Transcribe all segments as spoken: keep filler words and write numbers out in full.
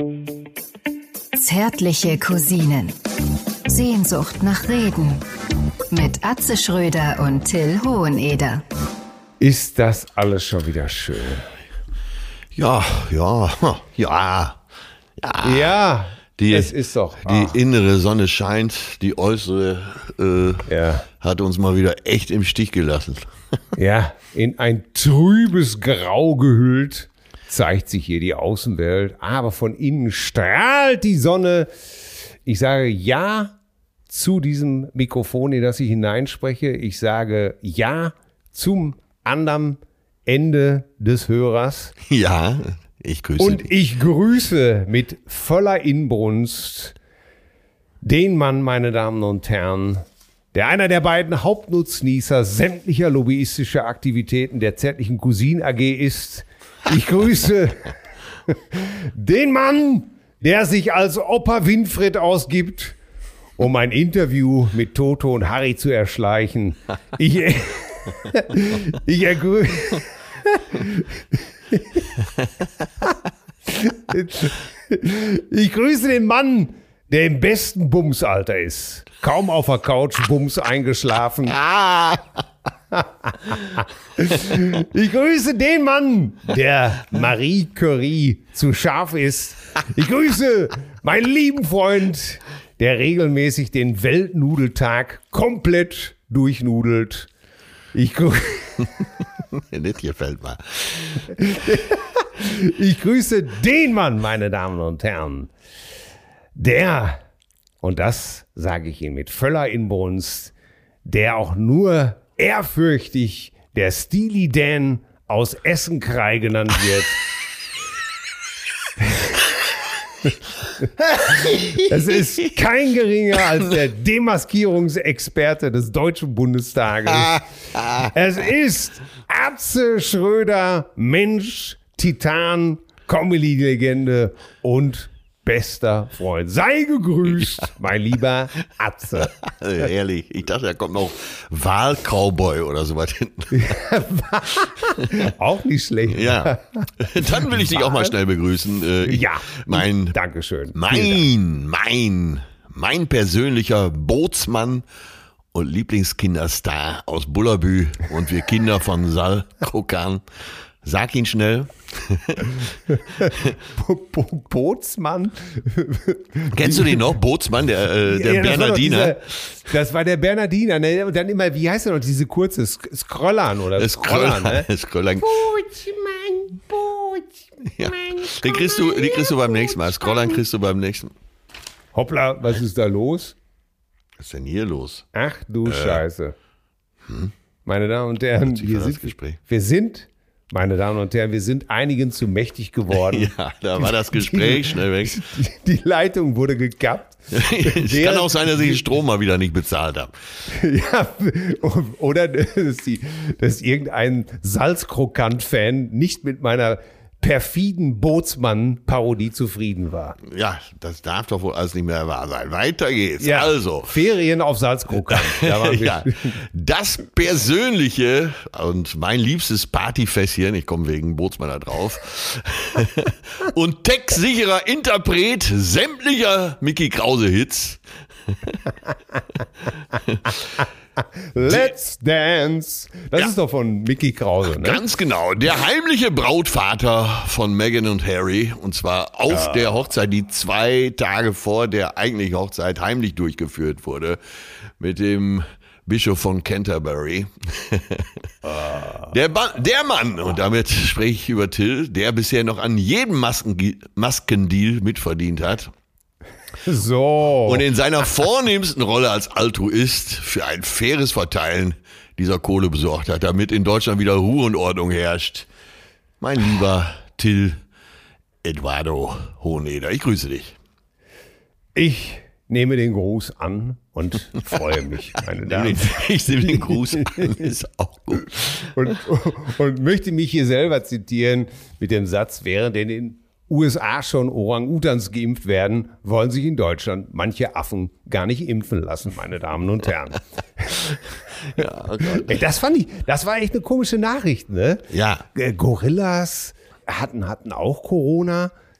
Zärtliche Cousinen. Sehnsucht nach Reden. Mit Atze Schröder und Till Hoheneder. Ist das alles schon wieder schön? Ja, ja, ja, ja. Ja, die, es ist doch. Die ach. innere Sonne scheint, die äußere äh, Ja. hat uns mal wieder echt im Stich gelassen. Ja, in ein trübes Grau gehüllt zeigt sich hier die Außenwelt, aber von innen strahlt die Sonne. Ich sage ja zu diesem Mikrofon, in das ich hineinspreche. Ich sage ja zum anderen Ende des Hörers. Ja, ich grüße Und dich. ich grüße mit voller Inbrunst den Mann, meine Damen und Herren, der einer der beiden Hauptnutznießer sämtlicher lobbyistischer Aktivitäten der Zärtlichen Cousinen A G ist. Ich grüße den Mann, der sich als Opa Winfried ausgibt, um ein Interview mit Toto und Harry zu erschleichen. Ich, ich ergrüße... Ich grüße den Mann, der im besten Bumsalter ist. Kaum auf der Couch, Bums eingeschlafen. Ich grüße den Mann, der Marie Curie zu scharf ist. Ich grüße meinen lieben Freund, der regelmäßig den Weltnudeltag komplett durchnudelt. Ich grüße... Das gefällt mir. Ich grüße den Mann, meine Damen und Herren, der, und das sage ich Ihnen mit voller Inbrunst, der auch nur ehrfürchtig der Steely Dan aus Essenkrei genannt wird. Es ist kein geringer als der Demaskierungsexperte des Deutschen Bundestages. Es ist Atze Schröder, Mensch, Titan, Comedy-Legende und bester Freund. Sei gegrüßt, mein lieber Atze. Also ehrlich, ich dachte, da kommt noch Wahlcowboy oder sowas hinten. Auch nicht schlecht. Ja, dann will ich dich auch mal schnell begrüßen. Äh, ich, Ja, mein, Dankeschön. mein, mein, mein persönlicher Bootsmann und Lieblingskinderstar aus Bullabü und wir Kinder von Sal Krokan. Sag ihn schnell. Bootsmann. Kennst du den noch? Bootsmann, der, äh, der Ja, das war doch Bernardiner. dieser- Das war der Bernardiner. Ne? Und dann immer, wie heißt er noch, diese kurze Sk- Skrollern oder Das Skrollern, ne? Scrollern. Bootsmann, Bootsmann. Ja. Den kriegst du, den kriegst du beim nächsten Mal. Scrollern kriegst du beim nächsten Mal. Hoppla, was ist da los? Was ist denn hier los? Ach du Scheiße. Meine Damen und Herren, sich wir für das sind, Gespräch. wir sind, meine Damen und Herren, wir sind einigen zu mächtig geworden. Ja, da war das Gespräch schnell weg. Die, die Leitung wurde gekappt. Es kann auch sein, dass ich den Strom mal wieder nicht bezahlt habe. Ja, oder dass, die, dass irgendein Salzkrokant-Fan nicht mit meiner perfiden Bootsmann-Parodie zufrieden war. Ja, das darf doch wohl alles nicht mehr wahr sein. Weiter geht's. Ja, Also, Ferien auf Salzkrokant. Da waren wir. ja, das persönliche und mein liebstes Partyfässchen, ich komme wegen Bootsmann da drauf, und textsicherer Interpret sämtlicher Mickey Krause-Hits. Let's Dance. Das Ja. ist doch von Mickey Krause, ne? Ganz genau, der heimliche Brautvater von Meghan und Harry, und zwar auf der Hochzeit, die zwei Tage vor der eigentlichen Hochzeit heimlich durchgeführt wurde, mit dem Bischof von Canterbury. Der, ba- der Mann, und damit spreche ich über Till, der bisher noch an jedem Masken Maskendeal mitverdient hat. So. Und in seiner vornehmsten Rolle als Altruist für ein faires Verteilen dieser Kohle besorgt hat, damit in Deutschland wieder Ruhe und Ordnung herrscht. Mein lieber Till Eduardo Hoheneder, ich grüße dich. Ich nehme den Gruß an und freue mich, meine Damen. Ich nehme den Gruß an, ist auch gut. Und, und möchte mich hier selber zitieren mit dem Satz, während in den U S A schon Orang-Utans geimpft werden, wollen sich in Deutschland manche Affen gar nicht impfen lassen, meine Damen und Herren. Ja, oh Gott. Ey, das fand ich, das war echt eine komische Nachricht, ne? Ja. Äh, Gorillas hatten, hatten auch Corona.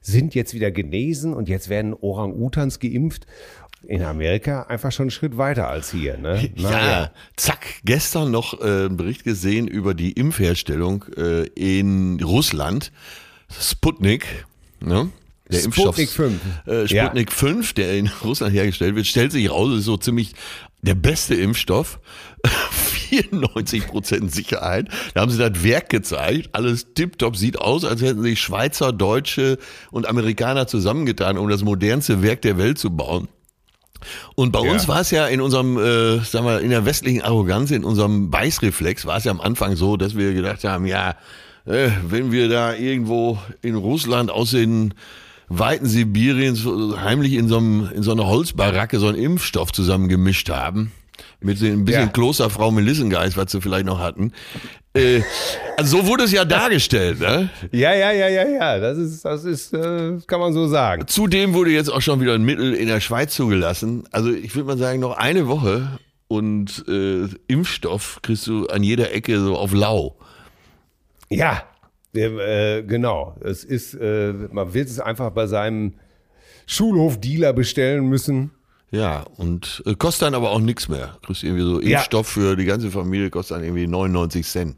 sind jetzt wieder genesen und jetzt werden Orang-Utans geimpft. In Amerika einfach schon einen Schritt weiter als hier. Ne? Ja, ja, zack, gestern noch äh, einen Bericht gesehen über die Impfherstellung äh, in Russland. Sputnik, ne? Der Sputnik Impfstoff, fünf. Äh, Sputnik ja. fünf, der in Russland hergestellt wird, stellt sich raus, ist so ziemlich der beste Impfstoff. vierundneunzig Prozent Sicherheit. Da haben sie das Werk gezeigt. Alles tipptopp, sieht aus, als hätten sich Schweizer, Deutsche und Amerikaner zusammengetan, um das modernste Werk der Welt zu bauen. Und bei uns ja. war es ja in unserem, äh, sagen wir, in der westlichen Arroganz, in unserem Beißreflex, war es ja am Anfang so, dass wir gedacht haben, ja, äh, wenn wir da irgendwo in Russland aus den Weiten Sibiriens so heimlich in so, einem, in so einer Holzbaracke so einen Impfstoff zusammengemischt haben, mit ein bisschen ja. Klosterfrau Melissengeist, was sie vielleicht noch hatten. Äh, also so wurde es ja dargestellt, ne? Ja, ja, ja, ja, ja, das ist, das ist, äh, kann man so sagen. Zudem wurde jetzt auch schon wieder ein Mittel in der Schweiz zugelassen. Also ich würde mal sagen, noch eine Woche und äh, Impfstoff kriegst du an jeder Ecke so auf Lau. Ja, äh, genau. Es ist, äh, man wird es einfach bei seinem Schulhofdealer bestellen müssen. Ja, und äh, kostet dann aber auch nichts mehr. Kriegst irgendwie so Impfstoff ja. für die ganze Familie, kostet dann irgendwie neunundneunzig Cent.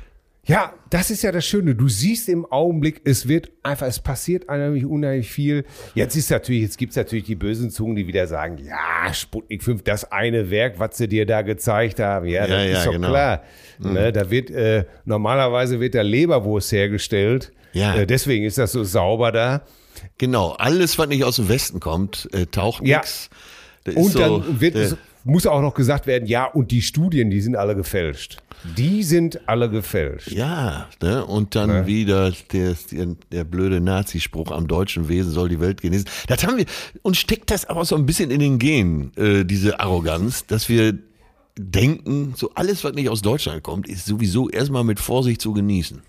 Ja, das ist ja das Schöne. Du siehst im Augenblick, es wird einfach, es passiert unheimlich, unheimlich viel. Jetzt ist natürlich, jetzt gibt's natürlich die bösen Zungen, die wieder sagen, ja, Sputnik fünf, das eine Werk, was sie dir da gezeigt haben. Ja, das ja, ist ja, doch genau. klar. Mhm. Ne, da wird, äh, normalerweise wird da Leberwurst hergestellt. Ja. Äh, deswegen ist das so sauber da. Genau. Alles, was nicht aus dem Westen kommt, äh, taucht ja. nichts. Und so, dann wird, äh, muss auch noch gesagt werden, ja, und die Studien, die sind alle gefälscht. Die sind alle gefälscht. Ja, ne? Und dann ja. wieder der, der, der blöde Nazispruch, am deutschen Wesen soll die Welt genesen. Das haben wir, uns steckt das aber so ein bisschen in den Genen, äh, diese Arroganz, dass wir denken, so alles, was nicht aus Deutschland kommt, ist sowieso erstmal mit Vorsicht zu genießen.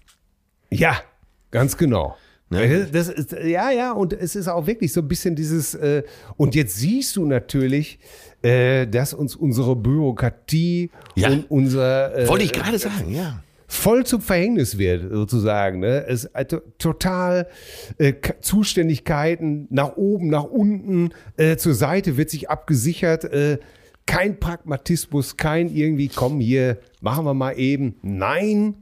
Ja, ganz genau. Ne? Das ist, ja, ja, und es ist auch wirklich so ein bisschen dieses, äh, und jetzt siehst du natürlich, äh, dass uns unsere Bürokratie ja. und unser äh, wollte ich gerade sagen, ja. voll zum Verhängnis wird, sozusagen. Ne? Es äh, total äh, Zuständigkeiten nach oben, nach unten, äh, zur Seite wird sich abgesichert, äh, kein Pragmatismus, kein irgendwie, komm hier, machen wir mal eben. Nein.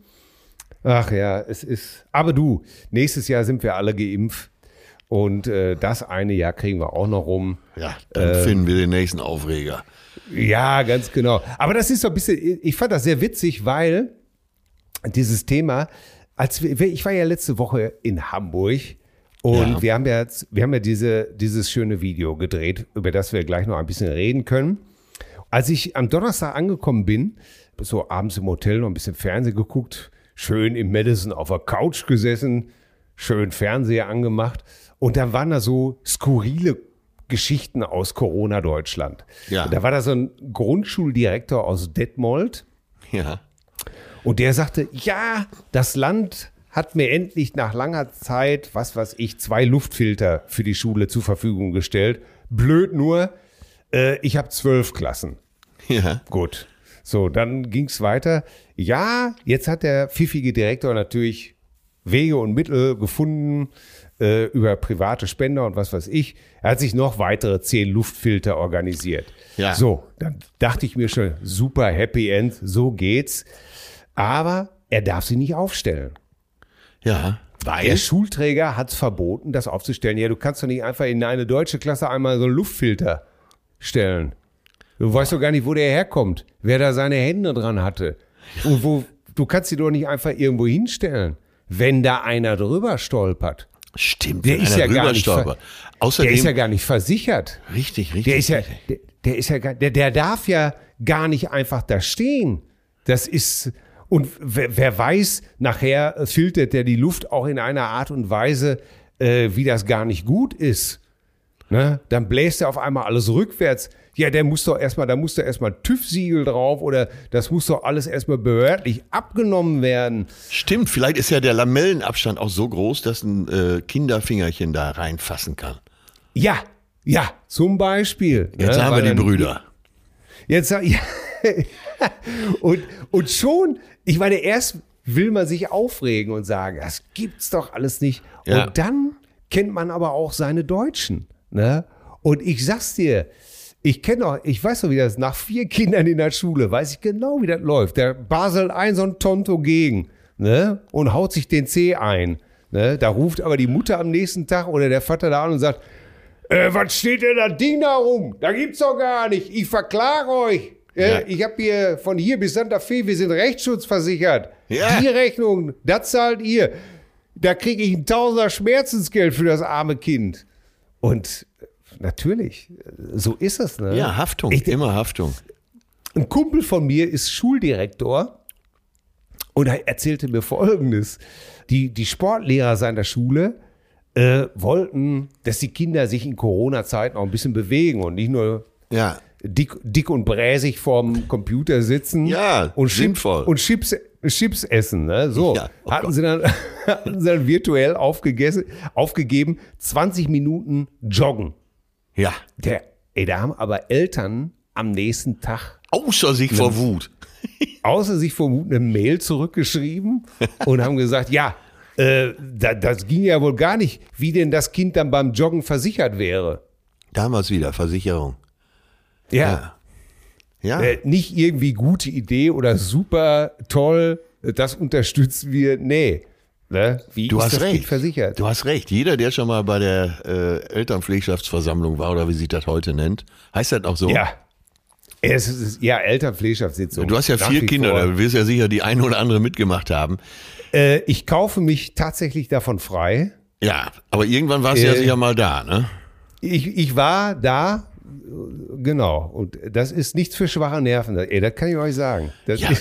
Ach ja, es ist, aber du, nächstes Jahr sind wir alle geimpft und äh, das eine Jahr kriegen wir auch noch rum. Ja, dann äh, finden wir den nächsten Aufreger. Ja, ganz genau. Aber das ist so ein bisschen, ich fand das sehr witzig, weil dieses Thema, als wir, ich war ja letzte Woche in Hamburg und ja. wir haben ja, wir haben ja diese, dieses schöne Video gedreht, über das wir gleich noch ein bisschen reden können. Als ich am Donnerstag angekommen bin, so abends im Hotel noch ein bisschen Fernsehen geguckt, schön im Madison auf der Couch gesessen, schön Fernseher angemacht und da waren da so skurrile Geschichten aus Corona-Deutschland. Ja. Da war da so ein Grundschuldirektor aus Detmold ja. und der sagte, ja, das Land hat mir endlich nach langer Zeit, was weiß ich, zwei Luftfilter für die Schule zur Verfügung gestellt. Blöd nur, äh, ich habe zwölf Klassen. Ja. Gut. So, dann ging's weiter. Ja, jetzt hat der pfiffige Direktor natürlich Wege und Mittel gefunden äh, über private Spender und was weiß ich. Er hat sich noch weitere zehn Luftfilter organisiert. Ja. So, dann dachte ich mir schon, super Happy End, so geht's. Aber er darf sie nicht aufstellen. Ja, weil? Der Schulträger hat es verboten, das aufzustellen. Ja, du kannst doch nicht einfach in eine deutsche Klasse einmal so einen Luftfilter stellen. Du weißt doch gar nicht, wo der herkommt, wer da seine Hände dran hatte. Und wo, du kannst sie doch nicht einfach irgendwo hinstellen, wenn da einer drüber stolpert. Stimmt, der ist ja gar nicht ver- Außerdem, der ist ja gar nicht versichert. Richtig, richtig. Der ist ja, richtig. der, der ist ja, gar- der, der darf ja gar nicht einfach da stehen. Das ist, und wer, wer weiß, nachher filtert der die Luft auch in einer Art und Weise, äh, wie das gar nicht gut ist. Ne? Dann bläst er auf einmal alles rückwärts. Ja, der muss doch erstmal, da muss doch erstmal TÜV-Siegel drauf oder das muss doch alles erstmal behördlich abgenommen werden. Stimmt, vielleicht ist ja der Lamellenabstand auch so groß, dass ein äh, Kinderfingerchen da reinfassen kann. Ja, ja, zum Beispiel. Jetzt ne? haben Weil wir die dann, Brüder. Jetzt, ja, und, und schon, ich meine, erst will man sich aufregen und sagen, das gibt's doch alles nicht. Ja. Und dann kennt man aber auch seine Deutschen. Ne? Und ich sag's dir, ich kenne auch, ich weiß doch, wie das nach vier Kindern in der Schule, weiß ich genau, wie das läuft. Der baselt ein so ein Tonto gegen, ne? Und haut sich den Zeh ein. Ne? Da ruft aber die Mutter am nächsten Tag oder der Vater da an und sagt, äh, was steht denn das Ding da rum? Da gibt's doch gar nicht. Ich verklage euch. Äh, ja. Ich habe hier von hier bis Santa Fe, wir sind rechtsschutzversichert. Ja. Die Rechnung, das zahlt ihr. Da kriege ich ein Tausender Schmerzensgeld für das arme Kind. Und natürlich, so ist es. Ne? Ja, Haftung, ich, immer Haftung. Ein Kumpel von mir ist Schuldirektor und er erzählte mir Folgendes. Die, die Sportlehrer seiner Schule äh, wollten, dass die Kinder sich in Corona-Zeiten auch ein bisschen bewegen und nicht nur ja. dick, dick und bräsig vorm Computer sitzen ja, und, sinnvoll. Chips, und Chips, Chips essen. Ne? So ja, oh hatten, sie dann, hatten sie dann virtuell aufgegessen, aufgegeben, zwanzig Minuten joggen. Ja. Der, ey, da haben aber Eltern am nächsten Tag außer sich vor Wut. Außer sich vor Wut eine Mail zurückgeschrieben und haben gesagt, ja, äh, da, das ging ja wohl gar nicht, wie denn das Kind dann beim Joggen versichert wäre. Damals wieder, Versicherung. Ja. Ja. ja. Äh, nicht irgendwie gute Idee oder super toll, das unterstützen wir. Nee. Ne? Wie du ist hast das recht. Kind versichert? Du hast recht. Jeder, der schon mal bei der äh, Elternpflegschaftsversammlung war oder wie sich das heute nennt, heißt das auch so? Ja. Es ist, ja, Elternpflegschaftssitzung. Du hast ja vier Kinder, vor. Da wirst ja sicher die eine oder andere mitgemacht haben. Äh, ich kaufe mich tatsächlich davon frei. Ja, aber irgendwann warst du äh, ja sicher mal da, ne? Ich, ich war da, genau. Und das ist nichts für schwache Nerven. Ey, das kann ich euch sagen. Das ja. ist,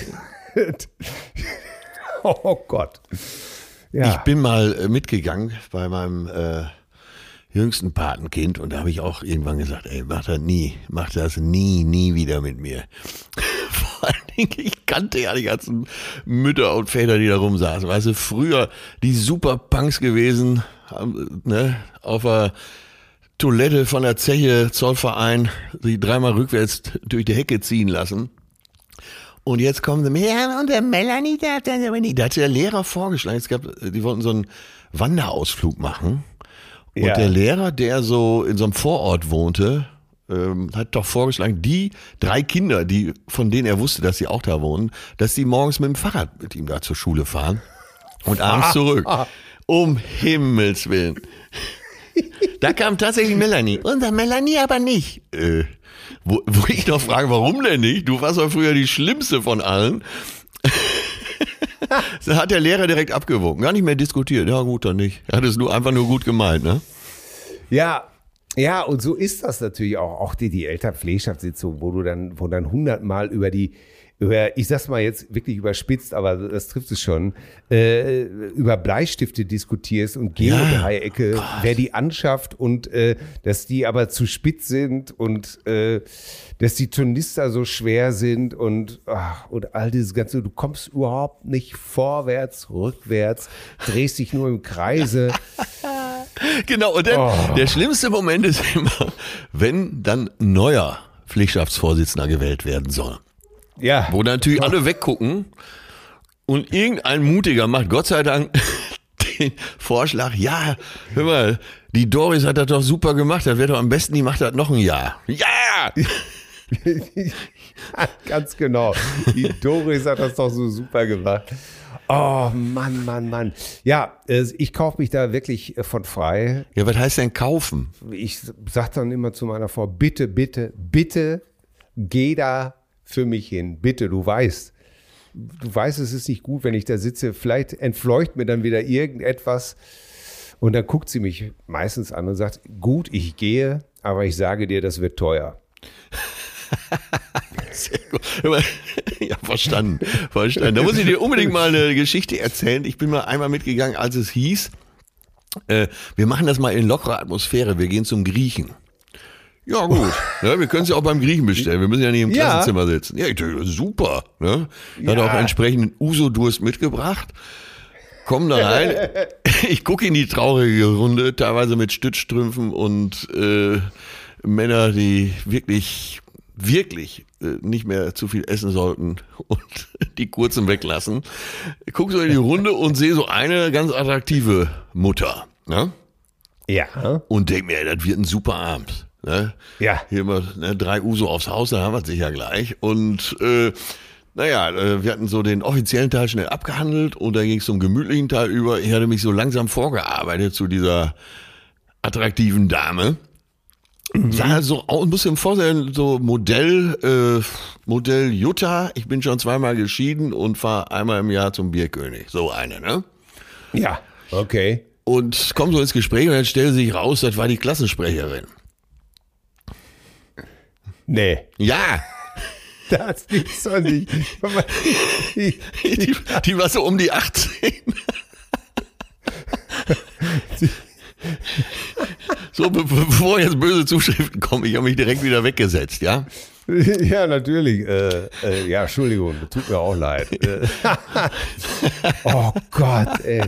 oh Gott. Ja. Ich bin mal mitgegangen bei meinem äh, jüngsten Patenkind und da habe ich auch irgendwann gesagt, ey, mach das nie, mach das nie, nie wieder mit mir. Vor allen Dingen, ich kannte ja die ganzen Mütter und Väter, die da rumsaßen. Weißt du, früher die super Punks gewesen, haben, ne, auf der Toilette von der Zeche, Zollverein, sich dreimal rückwärts durch die Hecke ziehen lassen. Und jetzt kommen sie, ja, und der Melanie darf das aber nicht. Da hat der Lehrer vorgeschlagen, es gab, die wollten so einen Wanderausflug machen. Und ja. der Lehrer, der so in so einem Vorort wohnte, ähm, hat doch vorgeschlagen, die drei Kinder, die, von denen er wusste, dass sie auch da wohnen, dass die morgens mit dem Fahrrad mit ihm da zur Schule fahren und abends zurück. Um Himmels Willen. Da kam tatsächlich Melanie. Unser Melanie aber nicht. Äh, wo, wo ich noch frage, warum denn nicht? Du warst doch früher die Schlimmste von allen. Da hat der Lehrer direkt abgewogen. Gar nicht mehr diskutiert. Ja gut, dann nicht. Er hat es nur einfach nur gut gemeint, ne? Ja, ja, und so ist das natürlich auch. Auch die, die Elternpflegschaftssitzung, wo du dann, wo dann hundertmal über die, über, ich sag's mal jetzt wirklich überspitzt, aber das trifft es schon, äh, über Bleistifte diskutierst und Geodreiecke, ja, wer die anschafft und äh, dass die aber zu spitz sind und äh, dass die Turnister so schwer sind und, ach, und all dieses Ganze, du kommst überhaupt nicht vorwärts, rückwärts, drehst dich nur im Kreise. Genau, und dann, oh. der schlimmste Moment ist immer, wenn dann ein neuer Pflegschaftsvorsitzender gewählt werden soll. Ja. Wo natürlich alle weggucken und irgendein Mutiger macht Gott sei Dank den Vorschlag, ja, hör mal, die Doris hat das doch super gemacht, das wäre doch am besten, die macht das noch ein Jahr. Ja! Ganz genau. Die Doris hat das doch so super gemacht. Oh Mann, Mann, Mann. Ja, ich kaufe mich da wirklich von frei. Ja, was heißt denn kaufen? Ich sag dann immer zu meiner Frau, bitte, bitte, bitte, geh da für mich hin. Bitte, du weißt, du weißt, es ist nicht gut, wenn ich da sitze. Vielleicht entfleucht mir dann wieder irgendetwas. Und dann guckt sie mich meistens an und sagt, gut, ich gehe, aber ich sage dir, das wird teuer. Sehr gut. Ja, verstanden, verstanden. Da muss ich dir unbedingt mal eine Geschichte erzählen. Ich bin mal einmal mitgegangen, als es hieß, äh, wir machen das mal in lockerer Atmosphäre, wir gehen zum Griechen. Ja gut, ja, wir können es ja auch beim Griechen bestellen, wir müssen ja nicht im ja. Klassenzimmer sitzen. Ja, super. Ne? Ja. Hat auch entsprechenden Uso-Durst mitgebracht. Komm da rein, ich gucke in die traurige Runde, teilweise mit Stützstrümpfen und äh, Männer, die wirklich, wirklich äh, nicht mehr zu viel essen sollten und die kurzen weglassen. Ich gucke so in die Runde und sehe so eine ganz attraktive Mutter. Ne? Ja. Und denke mir, ey, das wird ein super Abend. Ne? Ja. Hier immer ne, drei Uso aufs Haus, da haben wir es sicher gleich. Und äh, naja, äh, wir hatten so den offiziellen Teil schnell abgehandelt und dann ging es zum gemütlichen Teil über. Ich hatte mich so langsam vorgearbeitet zu dieser attraktiven Dame. Mhm. Sah also aus, muss im Vorstellen, so Modell, äh, Modell Jutta. Ich bin schon zweimal geschieden und fahre einmal im Jahr zum Bierkönig. So eine, ne? Ja, okay. Und komm so ins Gespräch und dann stellte sich raus, das war die Klassensprecherin. Nee. Ja. Das gibt's doch nicht. Die, die, die war so um die achtzehn. So, be bevor jetzt böse Zuschriften kommen, ich habe mich direkt wieder weggesetzt, ja? Ja, natürlich. Äh, äh, ja, Entschuldigung, tut mir auch leid. Oh Gott, ey.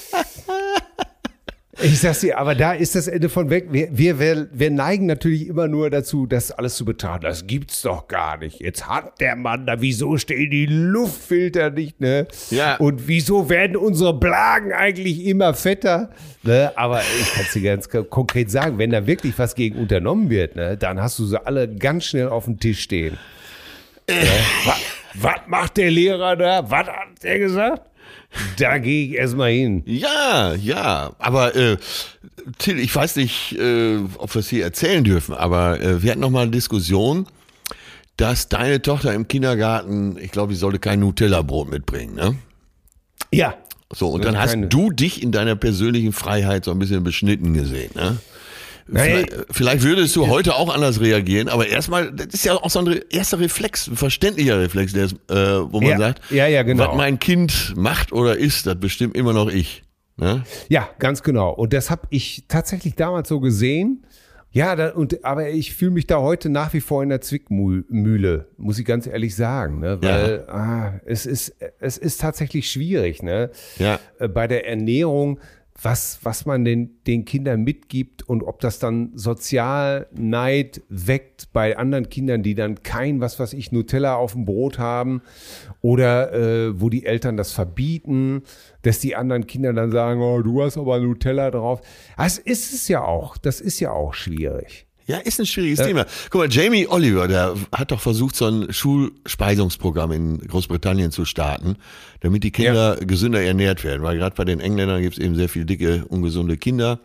Ich sag's dir, aber da ist das Ende von weg. Wir, wir, wir neigen natürlich immer nur dazu, das alles zu betrachten. Das gibt's doch gar nicht. Jetzt hat der Mann da, wieso stehen die Luftfilter nicht, ne? Ja. Und wieso werden unsere Blagen eigentlich immer fetter? Ne? Aber ich kann's dir ganz konkret sagen, wenn da wirklich was gegen unternommen wird, ne, dann hast du sie alle ganz schnell auf dem Tisch stehen. Äh. Ne? Was, was macht der Lehrer da? Was hat der gesagt? Da gehe ich erstmal hin. Ja, ja, aber äh, Till, ich weiß nicht, äh, ob wir es hier erzählen dürfen, aber äh, wir hatten noch mal eine Diskussion, dass deine Tochter im Kindergarten, ich glaube, sie sollte kein Nutella-Brot mitbringen, ne? Ja. So, und dann hast keine... du dich in deiner persönlichen Freiheit so ein bisschen beschnitten gesehen, ne? Vielleicht, vielleicht würdest du heute auch anders reagieren, aber erstmal, das ist ja auch so ein erster Reflex, ein verständlicher Reflex, der ist, äh, wo man ja, sagt, ja, ja, genau. was mein Kind macht oder ist, das bestimmt immer noch ich. Ne? Ja, ganz genau. Und das habe ich tatsächlich damals so gesehen. Ja, da, und, aber ich fühle mich da heute nach wie vor in der Zwickmühle, muss ich ganz ehrlich sagen. Ne? Weil ja. ah, es, ist, es ist tatsächlich schwierig, ne? Ja. Bei der Ernährung. Was, was man den, den Kindern mitgibt und ob das dann Sozialneid weckt bei anderen Kindern, die dann kein, was weiß ich, Nutella auf dem Brot haben oder äh, wo die Eltern das verbieten, dass die anderen Kinder dann sagen, oh, du hast aber Nutella drauf. Das ist es ja auch, das ist ja auch schwierig. Ja, ist ein schwieriges ja. Thema. Guck mal, Jamie Oliver, der hat doch versucht, so ein Schulspeisungsprogramm in Großbritannien zu starten, damit die Kinder ja. gesünder ernährt werden. Weil gerade bei den Engländern gibt es eben sehr viele dicke, ungesunde Kinder.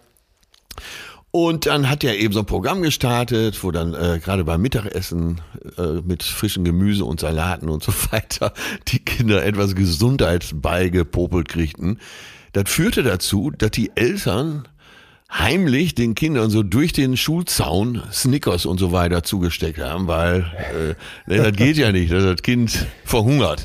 Und dann hat er eben so ein Programm gestartet, wo dann äh, gerade beim Mittagessen äh, mit frischem Gemüse und Salaten und so weiter die Kinder etwas Gesundheit beigepopelt kriegten. Das führte dazu, dass die Eltern heimlich den Kindern so durch den Schulzaun Snickers und so weiter zugesteckt haben, weil äh, das geht ja nicht, dass das Kind verhungert.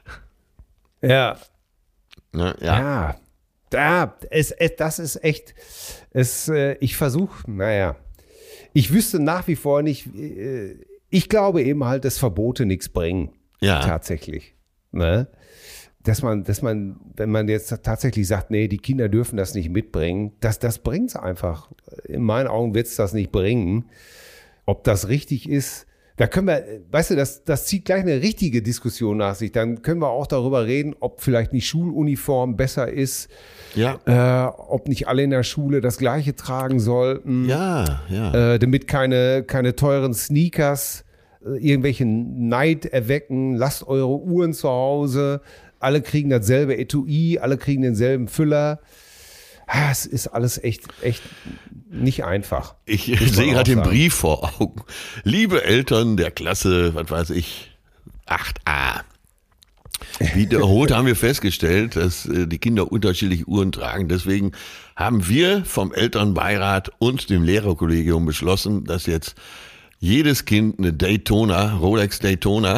Ja. Ja. Ja. Ja, es, es, das ist echt, es, äh, ich versuche, naja, ich wüsste nach wie vor nicht, äh, ich glaube eben halt, dass Verbote nichts bringen. Ja. Tatsächlich. Ne? Dass man, dass man, wenn man jetzt tatsächlich sagt, nee, die Kinder dürfen das nicht mitbringen, das, das bringt es einfach. In meinen Augen wird es das nicht bringen. Ob das richtig ist, da können wir, weißt du, das, das zieht gleich eine richtige Diskussion nach sich. Dann können wir auch darüber reden, ob vielleicht die Schuluniform besser ist, ja. äh, ob nicht alle in der Schule das Gleiche tragen sollten, ja, ja. Äh, damit keine, keine teuren Sneakers äh, irgendwelchen Neid erwecken. Lasst eure Uhren zu Hause. Alle kriegen dasselbe Etui, alle kriegen denselben Füller. Es ist alles echt, echt nicht einfach. Ich sehe gerade den Brief vor Augen. Liebe Eltern der Klasse, was weiß ich, acht a. Wiederholt haben wir festgestellt, dass die Kinder unterschiedliche Uhren tragen. Deswegen haben wir vom Elternbeirat und dem Lehrerkollegium beschlossen, dass jetzt jedes Kind eine Daytona, Rolex Daytona,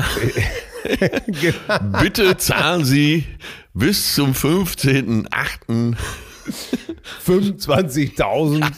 genau. Bitte zahlen Sie bis zum fünfzehnten achten fünfundzwanzigtausend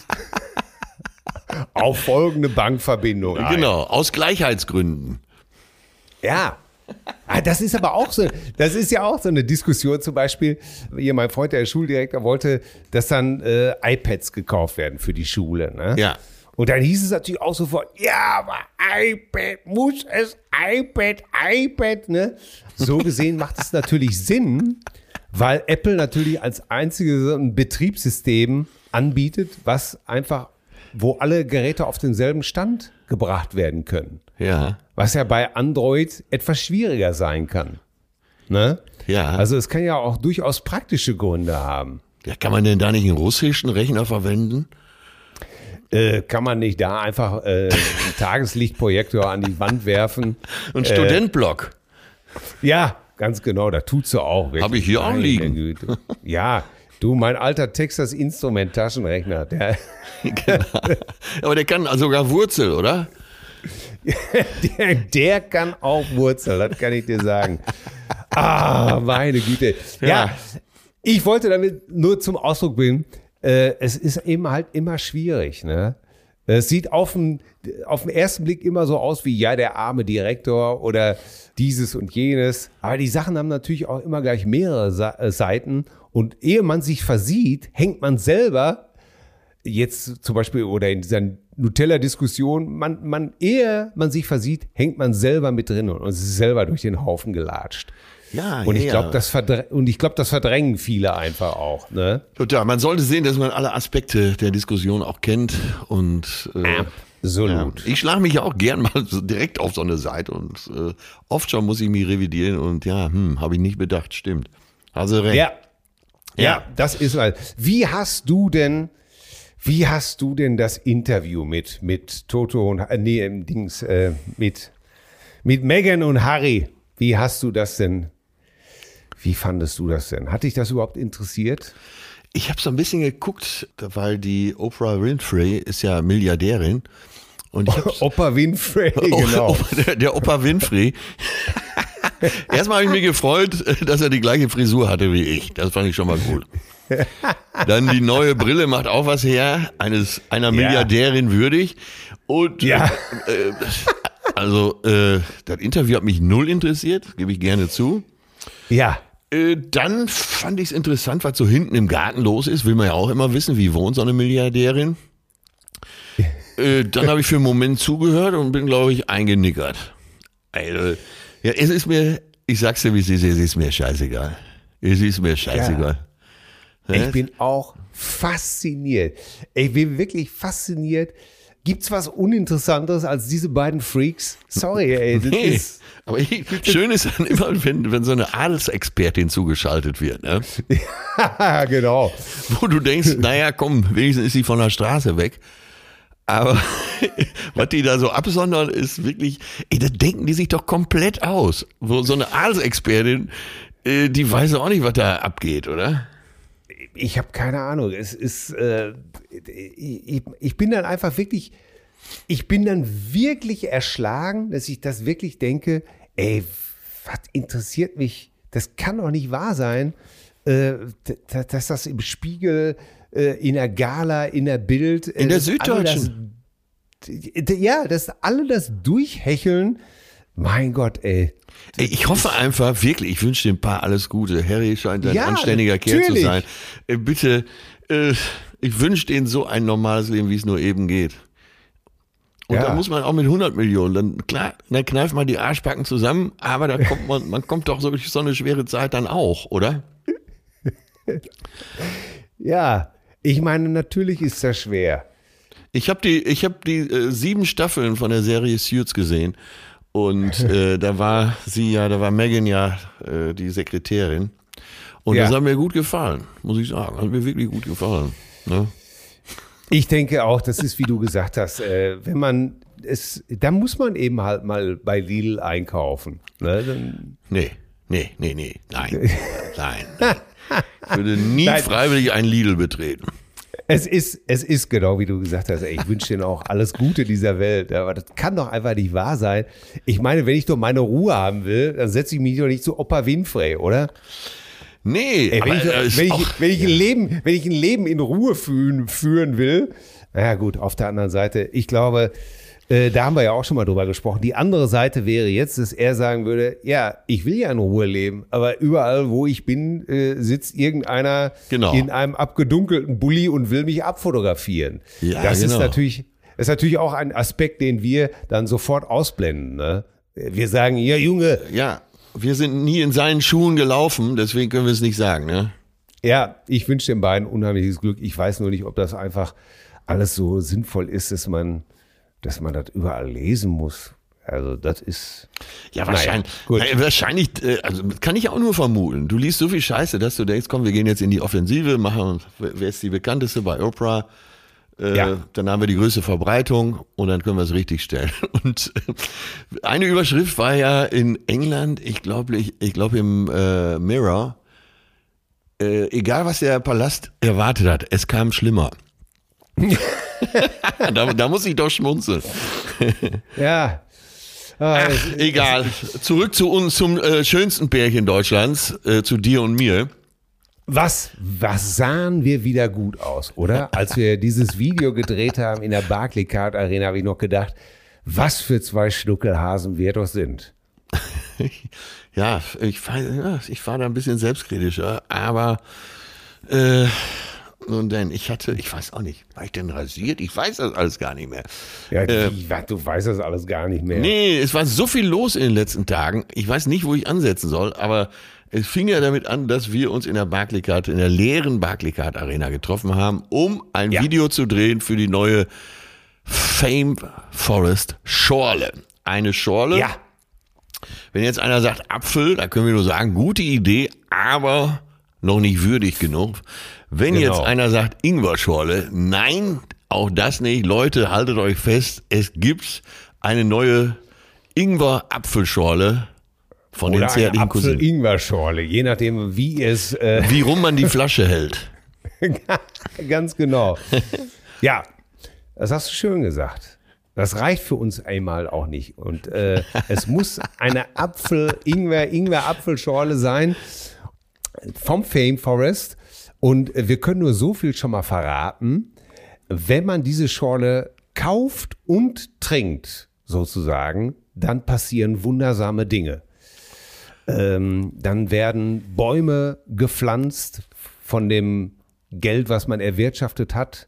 auf folgende Bankverbindung ein. Genau, aus Gleichheitsgründen. Ja. Das ist aber auch so, das ist ja auch so eine Diskussion zum Beispiel. Hier mein Freund, der Schuldirektor, wollte, dass dann äh, iPads gekauft werden für die Schule. Ne? Ja. Und dann hieß es natürlich auch sofort, ja, aber iPad, muss es iPad, iPad, ne? So gesehen macht es natürlich Sinn, weil Apple natürlich als einziges so ein Betriebssystem anbietet, was einfach, wo alle Geräte auf denselben Stand gebracht werden können. Ja. Was ja bei Android etwas schwieriger sein kann. Ne? Ja. Also es kann ja auch durchaus praktische Gründe haben. Ja, kann man denn da nicht einen russischen Rechner verwenden? Äh, kann man nicht da einfach äh, einen Tageslichtprojektor an die Wand werfen? Ein Studentblock. Äh, ja, ganz genau, da tut's so auch. Habe ich hier auch liegen. Güte. Ja, du, mein alter Texas Instrument Taschenrechner, der Genau. Aber der kann sogar Wurzel, oder? der, der kann auch Wurzel, das kann ich dir sagen. Ah, meine Güte. Ja, Ja. ich wollte damit nur zum Ausdruck bringen, äh, es ist eben halt immer schwierig, ne? Es sieht auf den, auf den ersten Blick immer so aus wie, ja, der arme Direktor oder dieses und jenes. Aber die Sachen haben natürlich auch immer gleich mehrere Sa- äh, Seiten. Und ehe man sich versieht, hängt man selber jetzt zum Beispiel oder in dieser Nutella-Diskussion, man, man, ehe man sich versieht, hängt man selber mit drin und ist selber durch den Haufen gelatscht. Ja, Und ich ja. glaube, das, verdrä- und ich glaub, das verdrängen viele einfach auch. Ne? Total. Man sollte sehen, dass man alle Aspekte der Diskussion auch kennt und äh, Absolut. ja. Ich schlage mich ja auch gern mal so direkt auf so eine Seite und äh, oft schon muss ich mich revidieren und ja, hm, habe ich nicht bedacht, stimmt. Also recht. Ja. ja, Ja. das ist halt. Wie hast du denn, wie hast du denn das Interview mit mit Toto und äh, nee, im Dings äh, mit mit Meghan und Harry? Wie hast du das denn? Wie fandest du das denn? Hat dich das überhaupt interessiert? Ich habe so ein bisschen geguckt, weil die Oprah Winfrey ist ja Milliardärin und ich habe Opa Winfrey, genau. der, der Opa Winfrey. Erstmal habe ich mich gefreut, dass er die gleiche Frisur hatte wie ich. Das fand ich schon mal gut. Dann die neue Brille macht auch was her, eines einer Milliardärin würdig. Und Ja. äh, also äh, das Interview hat mich null interessiert, gebe ich gerne zu. Ja. Äh, dann fand ich es interessant, was so hinten im Garten los ist. Will man ja auch immer wissen, wie wohnt so eine Milliardärin. Äh, dann habe ich für einen Moment zugehört und bin, glaube ich, eingenickert. Also, ja, es ist mir, ich sag's dir, wie es ist, es ist mir scheißegal. Es ist mir scheißegal. Ich bin auch fasziniert. Ich bin wirklich fasziniert. Gibt's was Uninteressanteres als diese beiden Freaks? Sorry, ey. Das Nee, ist, aber ich, schön ist dann immer, wenn, wenn so eine Adelsexpertin zugeschaltet wird, ne? ja, genau. Wo du denkst, naja, komm, wenigstens ist sie von der Straße weg. Aber was die da so absondern, ist wirklich, ey, da denken die sich doch komplett aus. Wo so eine Adelsexpertin, äh, die weiß auch nicht, was da abgeht, oder? Ich habe keine Ahnung. Es ist, äh, ich, ich bin dann einfach wirklich, ich bin dann wirklich erschlagen, dass ich das wirklich denke, ey, was interessiert mich? Das kann doch nicht wahr sein, äh, dass das im Spiegel, äh, in der Gala, in der Bild, äh, In der dass alle Süddeutschen. Das, ja, dass alle das durchhecheln. Mein Gott, ey. Ey, ich hoffe einfach, wirklich, ich wünsche dem Paar alles Gute. Harry scheint ein Ja, anständiger Kerl zu natürlich. sein. Äh, bitte, äh, ich wünsche denen so ein normales Leben, wie es nur eben geht. Und Ja. da muss man auch mit hundert Millionen, dann klar, dann kneift man die Arschbacken zusammen, aber da kommt man, man kommt doch so durch so eine schwere Zeit dann auch, oder? Ja, ich meine, natürlich ist das schwer. Ich habe die, ich habe die äh, sieben Staffeln von der Serie Suits gesehen und äh, da war sie ja, da war Meghan ja äh, die Sekretärin und Ja. das hat mir gut gefallen, muss ich sagen, hat mir wirklich gut gefallen. Ne? Ich denke auch, das ist, wie du gesagt hast, äh, wenn man es, da muss man eben halt mal bei Lidl einkaufen. Ne? Dann, Nee, nee, nee, nee, nein, nein. nein. Ich würde nie Nein. freiwillig ein Lidl betreten. es ist, es ist genau wie du gesagt hast. Ey, ich wünsche denen auch alles Gute dieser Welt. Aber das kann doch einfach nicht wahr sein. Ich meine, wenn ich doch meine Ruhe haben will, dann setze ich mich doch nicht zu Opa Winfrey, oder? Nee, Ey, wenn, aber, ich, äh, ist wenn, ich, auch- wenn, ich ein Leben, wenn ich ein Leben in Ruhe führen, führen will, naja gut, auf der anderen Seite, ich glaube, äh, da haben wir ja auch schon mal drüber gesprochen. Die andere Seite wäre jetzt, dass er sagen würde, ja, ich will ja in Ruhe leben, aber überall, wo ich bin, äh, sitzt irgendeiner Genau. in einem abgedunkelten Bulli und will mich abfotografieren. Ja, das ist genau. natürlich, das ist natürlich auch ein Aspekt, den wir dann sofort ausblenden. Ne? Wir sagen, ja Junge, ja, wir sind nie in seinen Schuhen gelaufen, deswegen können wir es nicht sagen, ne? Ja, ich wünsche den beiden unheimliches Glück. Ich weiß nur nicht, ob das einfach alles so sinnvoll ist, dass man, dass man das überall lesen muss. Also das ist... Ja, wahrscheinlich. Naja, gut. Wahrscheinlich, also kann ich auch nur vermuten. Du liest so viel Scheiße, dass du denkst, komm, wir gehen jetzt in die Offensive, machen, wer ist die bekannteste bei Oprah? Äh, ja. Dann haben wir die größte Verbreitung und dann können wir es richtig stellen. Und eine Überschrift war ja in England, ich glaube, ich, ich glaube im äh, Mirror, äh, egal was der Palast erwartet hat, es kam schlimmer. da, da muss ich doch schmunzeln. Ja. Ach, Ach, egal. Zurück zu uns, zum äh, schönsten Pärchen Deutschlands, äh, zu dir und mir. Was, was sahen wir wieder gut aus, oder? Als wir dieses Video gedreht haben in der Barclaycard Arena, habe ich noch gedacht, was für zwei Schnuckelhasen wir doch sind. Ja, ich, ja, ich war da ein bisschen selbstkritischer, aber äh, und dann, ich hatte, ich weiß auch nicht, war ich denn rasiert? Ich weiß das alles gar nicht mehr. Ja, äh, du weißt das alles gar nicht mehr. Nee, es war so viel los in den letzten Tagen. Ich weiß nicht, wo ich ansetzen soll, aber es fing ja damit an, dass wir uns in der Barclaycard, in der leeren Barclaycard Arena getroffen haben, um ein ja. Video zu drehen für die neue Fame Forest Schorle. Eine Schorle. Ja. Wenn jetzt einer sagt Apfel, da können wir nur sagen, gute Idee, aber noch nicht würdig genug. Wenn genau. jetzt einer sagt Ingwer-Schorle, nein, auch das nicht. Leute, haltet euch fest, es gibt eine neue Ingwer-Apfelschorle von Oder den zärtlichen Cousinen. Apfel-Ingwer-Schorle, je nachdem, wie es... Äh wie rum man die Flasche hält. Ganz genau. Ja, das hast du schön gesagt. Das reicht für uns einmal auch nicht. Und äh, es muss eine Apfel-Ingwer-Ingwer-Apfelschorle sein vom Fame Forest. Und wir können nur so viel schon mal verraten, wenn man diese Schorle kauft und trinkt, sozusagen, dann passieren wundersame Dinge. Ähm, dann werden Bäume gepflanzt von dem Geld, was man erwirtschaftet hat.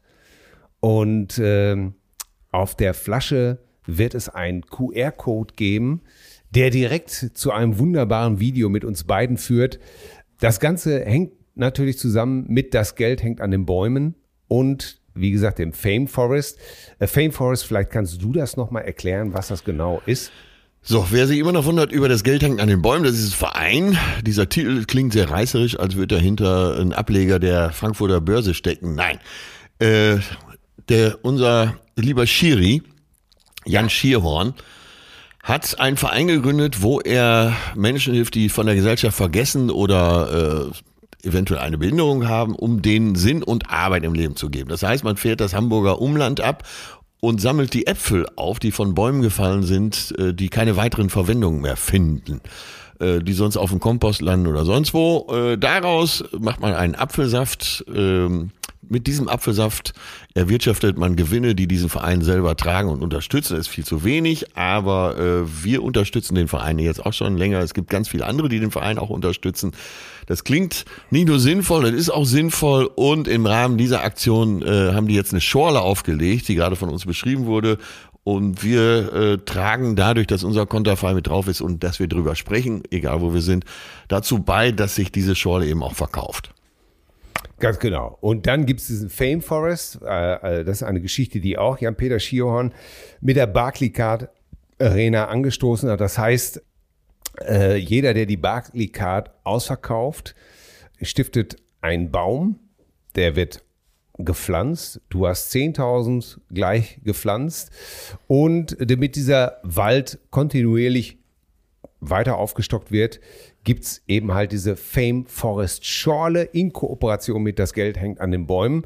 Und ähm, auf der Flasche wird es einen Q R-Code geben, der direkt zu einem wunderbaren Video mit uns beiden führt. Das Ganze hängt natürlich zusammen mit das Geld hängt an den Bäumen und wie gesagt dem Fame Forest. Äh, Fame Forest, vielleicht kannst du das nochmal erklären, was das genau ist. So, wer sich immer noch wundert über das Geld hängt an den Bäumen, das ist ein Verein. Dieser Titel klingt sehr reißerisch, als würde dahinter ein Ableger der Frankfurter Börse stecken. Nein, äh, der unser lieber Schiri, Jan Schierhorn, hat einen Verein gegründet, wo er Menschen hilft, die von der Gesellschaft vergessen oder äh, eventuell eine Behinderung haben, um denen Sinn und Arbeit im Leben zu geben. Das heißt, man fährt das Hamburger Umland ab und sammelt die Äpfel auf, die von Bäumen gefallen sind, die keine weiteren Verwendungen mehr finden, die sonst auf dem Kompost landen oder sonst wo. Daraus macht man einen Apfelsaft. Mit diesem Apfelsaft erwirtschaftet man Gewinne, die diesen Verein selber tragen und unterstützen. Das ist viel zu wenig, aber äh, wir unterstützen den Verein jetzt auch schon länger. Es gibt ganz viele andere, die den Verein auch unterstützen. Das klingt nicht nur sinnvoll, das ist auch sinnvoll. Und im Rahmen dieser Aktion äh, haben die jetzt eine Schorle aufgelegt, die gerade von uns beschrieben wurde. Und wir äh, tragen dadurch, dass unser Konterfei mit drauf ist und dass wir drüber sprechen, egal wo wir sind, dazu bei, dass sich diese Schorle eben auch verkauft. Ganz genau. Und dann gibt es diesen Fame Forest. Äh, das ist eine Geschichte, die auch Jan-Peter Schierhorn mit der Barclaycard Arena angestoßen hat. Das heißt, äh, jeder, der die Barclaycard ausverkauft, stiftet einen Baum, der wird gepflanzt. Du hast zehntausend gleich gepflanzt. Und damit dieser Wald kontinuierlich weiter aufgestockt wird, gibt's eben halt diese Fame Forest Schorle in Kooperation mit Das Geld hängt an den Bäumen.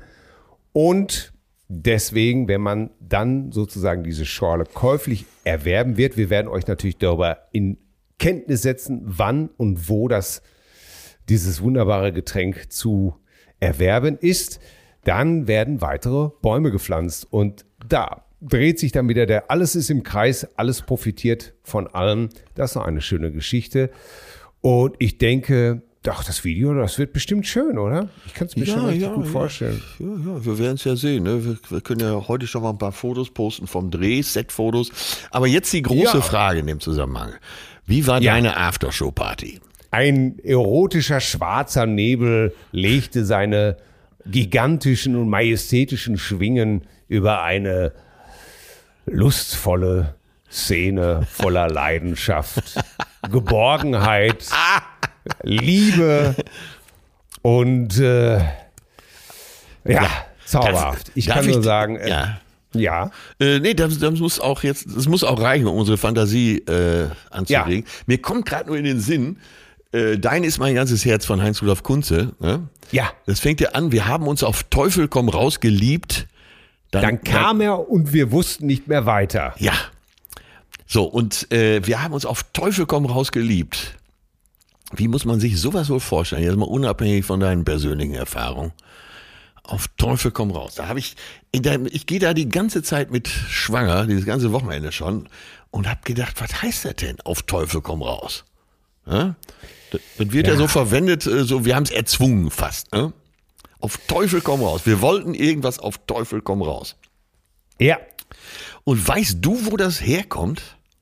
Und deswegen, wenn man dann sozusagen diese Schorle käuflich erwerben wird, wir werden euch natürlich darüber in Kenntnis setzen, wann und wo das dieses wunderbare Getränk zu erwerben ist, dann werden weitere Bäume gepflanzt. Und da dreht sich dann wieder der, alles ist im Kreis, alles profitiert von allem. Das ist noch eine schöne Geschichte. Und ich denke, doch, das Video, das wird bestimmt schön, oder? Ich kann es mir ja, schon richtig ja, gut ja. vorstellen. Ja, ja, wir werden es ja sehen. Ne? Wir, wir können ja heute schon mal ein paar Fotos posten vom Dreh, Set-Fotos. Aber jetzt die große ja. Frage in dem Zusammenhang. Wie war Ja. deine Aftershow-Party? Ein erotischer schwarzer Nebel legte seine gigantischen und majestätischen Schwingen über eine lustvolle Szene voller Leidenschaft, Geborgenheit, Liebe und äh, ja, zauberhaft. Ich Darf kann nur sagen, äh, Ja. ja. Äh, nee, das, das muss auch jetzt, das muss auch reichen, um unsere Fantasie äh, anzuregen. Mir kommt gerade nur in den Sinn, äh, Dein ist mein ganzes Herz von Heinz-Rudolf Kunze. Ne? Ja. Das fängt ja an, wir haben uns auf Teufel komm raus geliebt. Dann kam er und wir wussten nicht mehr weiter. Ja. So, und äh, wir haben uns auf Teufel komm raus geliebt. Wie muss man sich sowas wohl vorstellen? Jetzt mal unabhängig von deinen persönlichen Erfahrungen. Auf Teufel komm raus. Da habe ich, in der, ich gehe da die ganze Zeit mit schwanger, dieses ganze Wochenende schon, und habe gedacht, was heißt das denn? Auf Teufel komm raus. Ja? Das, das wird ja. ja so verwendet, so wir haben es erzwungen fast. Ne? Auf Teufel komm raus. Wir wollten irgendwas auf Teufel komm raus. Ja. Und weißt du, wo das herkommt?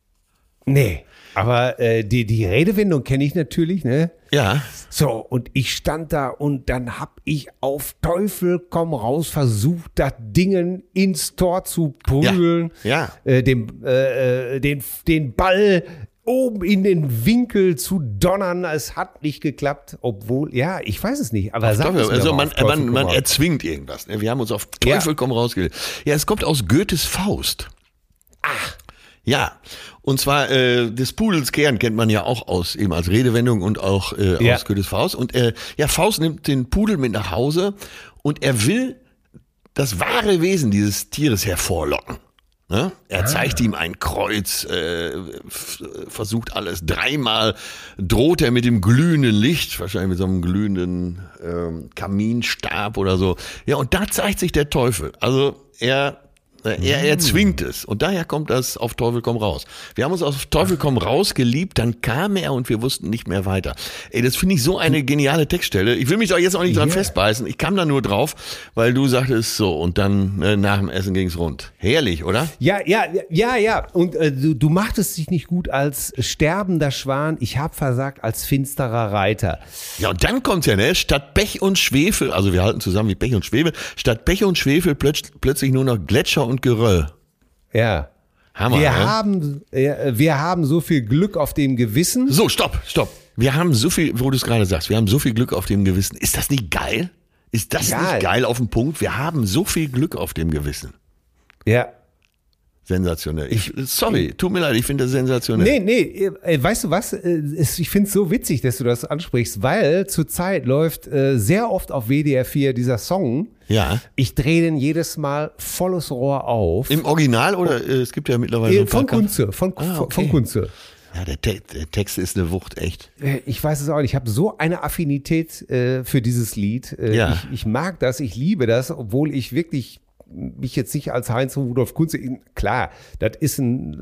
Nee. Aber äh, die, die Redewendung kenne ich natürlich, ne? Ja. So, und ich stand da und dann hab ich auf Teufel komm raus versucht, das Dingen ins Tor zu prügeln. Ja. Äh, dem, äh, den, den Ball oben in den Winkel zu donnern. Es hat nicht geklappt, obwohl, ja, ich weiß es nicht. Aber sag es mir also mal man, auf Teufel man, komm man raus. erzwingt irgendwas. Ne? Wir haben uns auf Teufel Ja. komm raus gelegt. Ja, es kommt aus Goethes Faust. Ach. Ja, und zwar äh, des Pudels Kern kennt man ja auch aus, eben als Redewendung und auch äh, Ja. aus Goethes Faust. Und äh, ja, Faust nimmt den Pudel mit nach Hause und er will das wahre Wesen dieses Tieres hervorlocken. Ne? Er Ah. zeigt ihm ein Kreuz, äh, f- versucht alles. Dreimal droht er mit dem glühenden Licht, wahrscheinlich mit so einem glühenden ähm, Kaminstab oder so. Ja, und da zeigt sich der Teufel. Also er Er erzwingt es. Und daher kommt das auf Teufel komm raus. Wir haben uns auf Teufel komm raus geliebt, dann kam er und wir wussten nicht mehr weiter. Ey, das finde ich so eine geniale Textstelle. Ich will mich doch jetzt auch nicht dran Ja. festbeißen. Ich kam da nur drauf, weil du sagtest so und dann äh, nach dem Essen ging's rund. Herrlich, oder? Ja, ja, ja, ja. Und äh, du, du machtest dich nicht gut als sterbender Schwan. Ich hab versagt als finsterer Reiter. Ja, und dann kommt's ja, ne? Statt Pech und Schwefel, also wir halten zusammen wie Pech und Schwefel, statt Pech und Schwefel plötz, plötzlich nur noch Gletscher und Geröll. Ja. Hammer, Wir ne? haben, äh, wir haben so viel Glück auf dem Gewissen. So, stopp, stopp. Wir haben so viel, wo du es gerade sagst, wir haben so viel Glück auf dem Gewissen. Ist das nicht geil? Ist das Ja. nicht geil auf den Punkt? Wir haben so viel Glück auf dem Gewissen. Ja. Sensationell. Ich, sorry, tut mir leid, ich finde das sensationell. Nee, nee, äh, weißt du was? Äh, es- Ich finde es so witzig, dass du das ansprichst, weil zurzeit läuft äh, sehr oft auf W D R vier dieser Song. Ja. Ich drehe den jedes Mal volles Rohr auf. Im Original oder äh, es gibt ja mittlerweile so Äh, ein paar von Cover- Kunze, von, Ah, von, okay. von Kunze. Ja, der, Te der Text ist eine Wucht, echt. Äh, Ich weiß es auch nicht. Ich habe so eine Affinität äh, für dieses Lied. Äh, Ja. ich, ich mag das, ich liebe das, obwohl ich wirklich mich jetzt nicht als Heinz-Rudolf Kunze, klar, das ist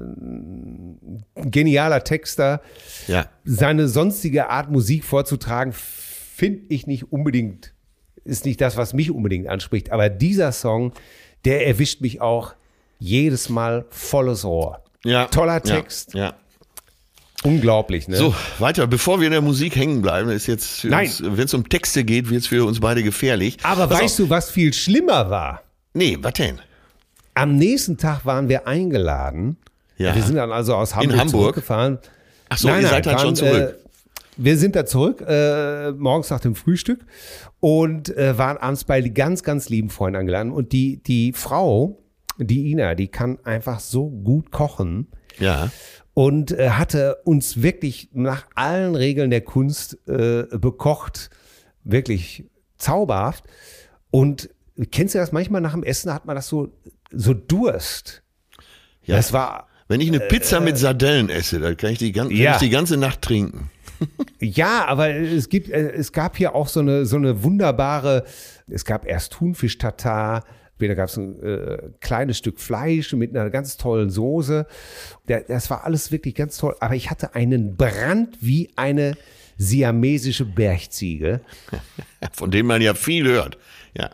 ein, ein genialer Texter. Ja. Seine sonstige Art Musik vorzutragen, finde ich nicht unbedingt, ist nicht das, was mich unbedingt anspricht. Aber dieser Song, der erwischt mich auch jedes Mal volles Rohr. Ja. Toller Text. Ja. ja. Unglaublich, ne? So, weiter. Bevor wir in der Musik hängen bleiben, ist jetzt, für Nein. uns, wenn es um Texte geht, wird es für uns beide gefährlich. Aber Pass weißt auf. du, was viel schlimmer war? Nee, was denn? Am nächsten Tag waren wir eingeladen. Ja. Wir sind dann also aus Hamburg, Hamburg? zurückgefahren. Ach so, ihr seid dann schon zurück. Äh, wir sind da zurück, äh, morgens nach dem Frühstück und äh, waren abends bei ganz, ganz lieben Freunden eingeladen. Und die, die Frau, die Ina, die kann einfach so gut kochen. Ja. Und äh, hatte uns wirklich nach allen Regeln der Kunst äh, bekocht. Wirklich zauberhaft. Und kennst du das manchmal nach dem Essen, hat man das so, so Durst. Ja. Das war, Wenn ich eine Pizza mit Sardellen esse, dann kann ich die, gan Ja. kann ich die ganze Nacht trinken. ja, aber es gibt, äh, es gab hier auch so eine, so eine wunderbare, es gab erst Thunfisch-Tatar, später gab es ein äh, kleines Stück Fleisch mit einer ganz tollen Soße. Der, das war alles wirklich ganz toll. Aber ich hatte einen Brand wie eine siamesische Bergziege. Von dem man ja viel hört. Ja.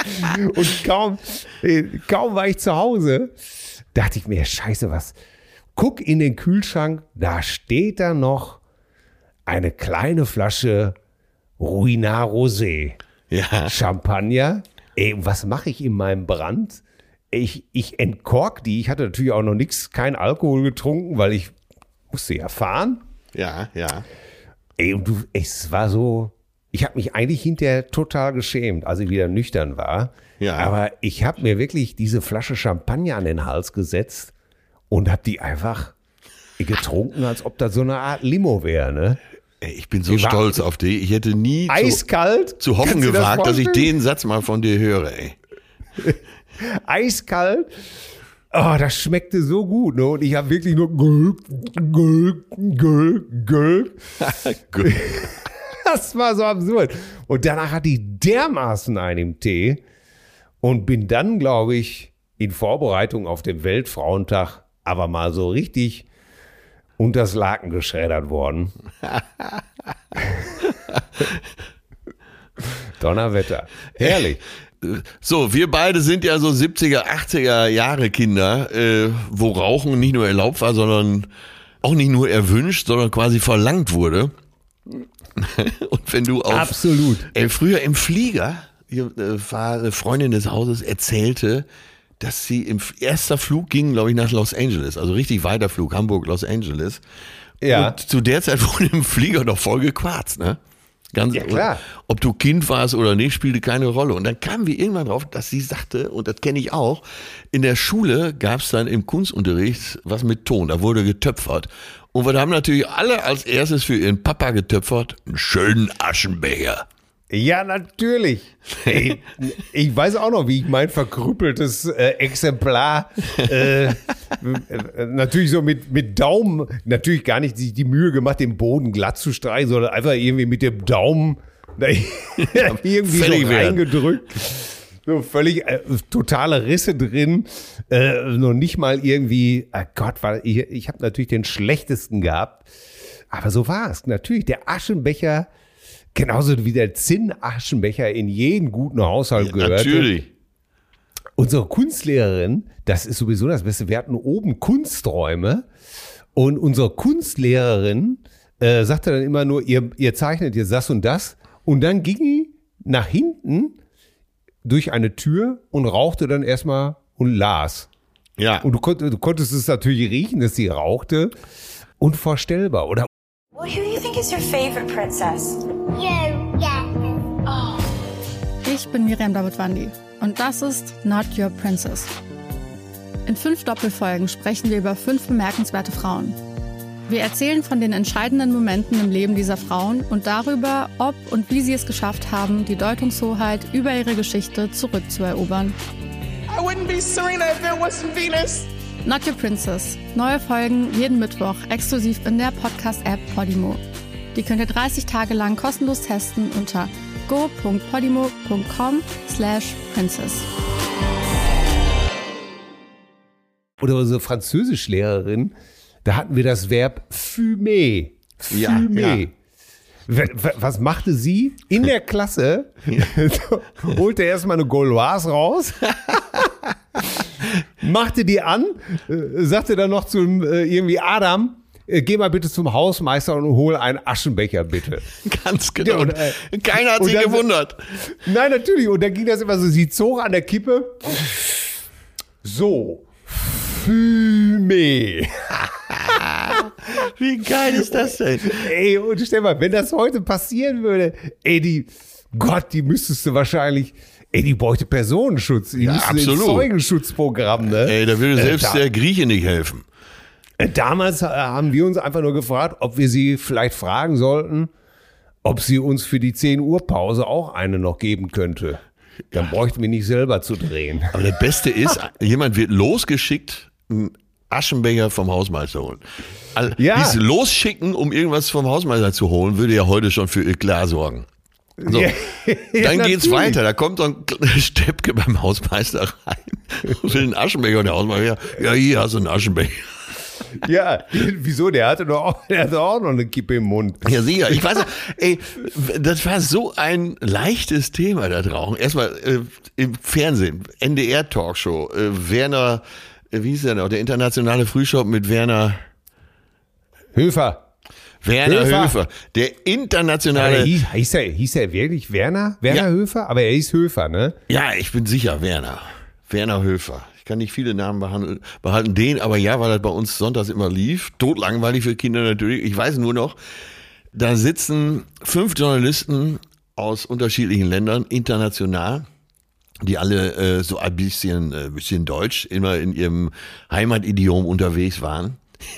Und kaum, äh, kaum war ich zu Hause, dachte ich mir, scheiße, was guck in den Kühlschrank, da steht da noch eine kleine Flasche Ruinart Rosé. Ja. Champagner. Ey, was mache ich in meinem Brand? Ich, ich entkork die. Ich hatte natürlich auch noch nichts, kein Alkohol getrunken, weil ich musste ja fahren. Ja, ja. Ey, und du, es war so, ich habe mich eigentlich hinterher total geschämt, als ich wieder nüchtern war. Ja. Aber ich habe mir wirklich diese Flasche Champagner an den Hals gesetzt und habe die einfach getrunken, als ob das so eine Art Limo wäre, ne? Ey, ich bin so Ich war- stolz auf dich. Ich hätte nie zu, Eiskalt. zu hoffen Kannst du dir das gewagt, dass ich vorstellen? den Satz mal von dir höre, ey. Eiskalt. Oh, das schmeckte so gut, ne? Und ich habe wirklich nur gulp, gulp, gulp, gulp. Gut. Das war so absurd. Und danach hatte ich dermaßen einen im Tee und bin dann, glaube ich, in Vorbereitung auf den Weltfrauentag aber mal so richtig unters Laken geschreddert worden. Donnerwetter. Herrlich. So, wir beide sind ja so siebziger, achtziger Jahre Kinder, äh, wo Rauchen nicht nur erlaubt war, sondern auch nicht nur erwünscht, sondern quasi verlangt wurde. Und wenn du auf, Absolut. Äh, früher im Flieger, hier äh, war eine Freundin des Hauses, erzählte, dass sie im erster Flug ging, glaube ich, nach Los Angeles, also richtig weiter Flug, Hamburg, Los Angeles. Ja. Und zu der Zeit wurde im Flieger noch voll gequarzt, ne? Ganz, Ja, klar. Ob du Kind warst oder nicht, spielte keine Rolle. Und dann kamen wir irgendwann drauf, dass sie sagte, und das kenne ich auch, in der Schule gab es dann im Kunstunterricht was mit Ton, da wurde getöpfert. Und wir haben natürlich alle als erstes für ihren Papa getöpfert, einen schönen Aschenbecher. Ja, natürlich. Ey, ich weiß auch noch, wie ich mein verkrüppeltes äh, Exemplar äh, äh, natürlich so mit, mit Daumen, natürlich gar nicht sich die Mühe gemacht, den Boden glatt zu streichen, sondern einfach irgendwie mit dem Daumen da irgendwie Fertig so werden. reingedrückt. So völlig äh, totale Risse drin. Äh, noch nicht mal irgendwie, oh Gott, war, ich, ich habe natürlich den schlechtesten gehabt. Aber so war es. Natürlich, der Aschenbecher, genauso wie der Zinn-Aschenbecher in jeden guten Haushalt gehörte. Natürlich. Unsere Kunstlehrerin, das ist sowieso das Beste, wir hatten oben Kunsträume und unsere Kunstlehrerin äh, sagte dann immer nur, ihr, ihr zeichnet jetzt das und das und dann ging die nach hinten durch eine Tür und rauchte dann erstmal und las. Ja. Und du, konnt, du konntest es natürlich riechen, dass sie rauchte. Unvorstellbar, oder? Well, who do you think is your favorite princess? You, yeah. Ich bin Miriam Davidwandi und das ist Not Your Princess. In fünf Doppelfolgen sprechen wir über fünf bemerkenswerte Frauen. Wir erzählen von den entscheidenden Momenten im Leben dieser Frauen und darüber, ob und wie sie es geschafft haben, die Deutungshoheit über ihre Geschichte zurückzuerobern. I wouldn't be Serena if it wasn't Venus. Not Your Princess. Neue Folgen jeden Mittwoch exklusiv in der Podcast-App Podimo. Die könnt ihr dreißig Tage lang kostenlos testen unter go punkt podimo punkt com slash princess. Oder unsere Französischlehrerin, da hatten wir das Verb fumer. Ja, Fumer. ja. W- w- Was machte sie? In der Klasse holte erstmal eine Gauloise raus, machte die an, äh, sagte dann noch zum äh, irgendwie Adam, äh, geh mal bitte zum Hausmeister und hol einen Aschenbecher, bitte. Ganz genau. Ja, und, äh, Keiner hat und sich dann- gewundert. Nein, natürlich. Und dann ging das immer so, sie zog an der Kippe. So. Fume. Wie geil ist das denn? Ey, und stell mal, wenn das heute passieren würde, ey, die, Gott, die müsstest du wahrscheinlich, ey, die bräuchte Personenschutz, die Ja, müsste ins absolut. Zeugenschutzprogramm, ne? Ey, da würde Äh, selbst da- der Grieche nicht helfen. Äh, Damals äh, haben wir uns einfach nur gefragt, ob wir sie vielleicht fragen sollten, ob sie uns für die zehn Uhr Pause auch eine noch geben könnte. Dann bräuchten wir nicht selber zu drehen. Aber das Beste ist, jemand wird losgeschickt, einen Aschenbecher vom Hausmeister holen. Also, Ja. Dieses Losschicken, um irgendwas vom Hausmeister zu holen, würde ja heute schon für Eklat sorgen. So, Ja, dann geht's natürlich. weiter. Da kommt so ein Steppke beim Hausmeister rein und will einen Aschenbecher und der Hausmeister, ja, hier hast du einen Aschenbecher. Ja, wieso? Der hatte doch auch, der hatte auch noch eine Kippe im Mund. Ja, sicher. Ich weiß nicht, ey, das war so ein leichtes Thema, das Rauchen. Erstmal äh, im Fernsehen, N D R-Talkshow, äh, Werner wie hieß der noch, der internationale Frühshop mit Werner Höfer. Werner Höfer, Höfer. der internationale. Aber hieß, hieß, er, hieß er wirklich Werner? Werner Ja. Höfer? Aber er hieß Höfer, ne? Ja, ich bin sicher, Werner. Werner Höfer. Ich kann nicht viele Namen behandeln, behalten, den, aber ja, weil das bei uns sonntags immer lief. Totlangweilig für Kinder natürlich. Ich weiß nur noch, da sitzen fünf Journalisten aus unterschiedlichen Ländern, international, die alle äh, so ein bisschen, äh, bisschen Deutsch, immer in ihrem Heimatidiom unterwegs waren.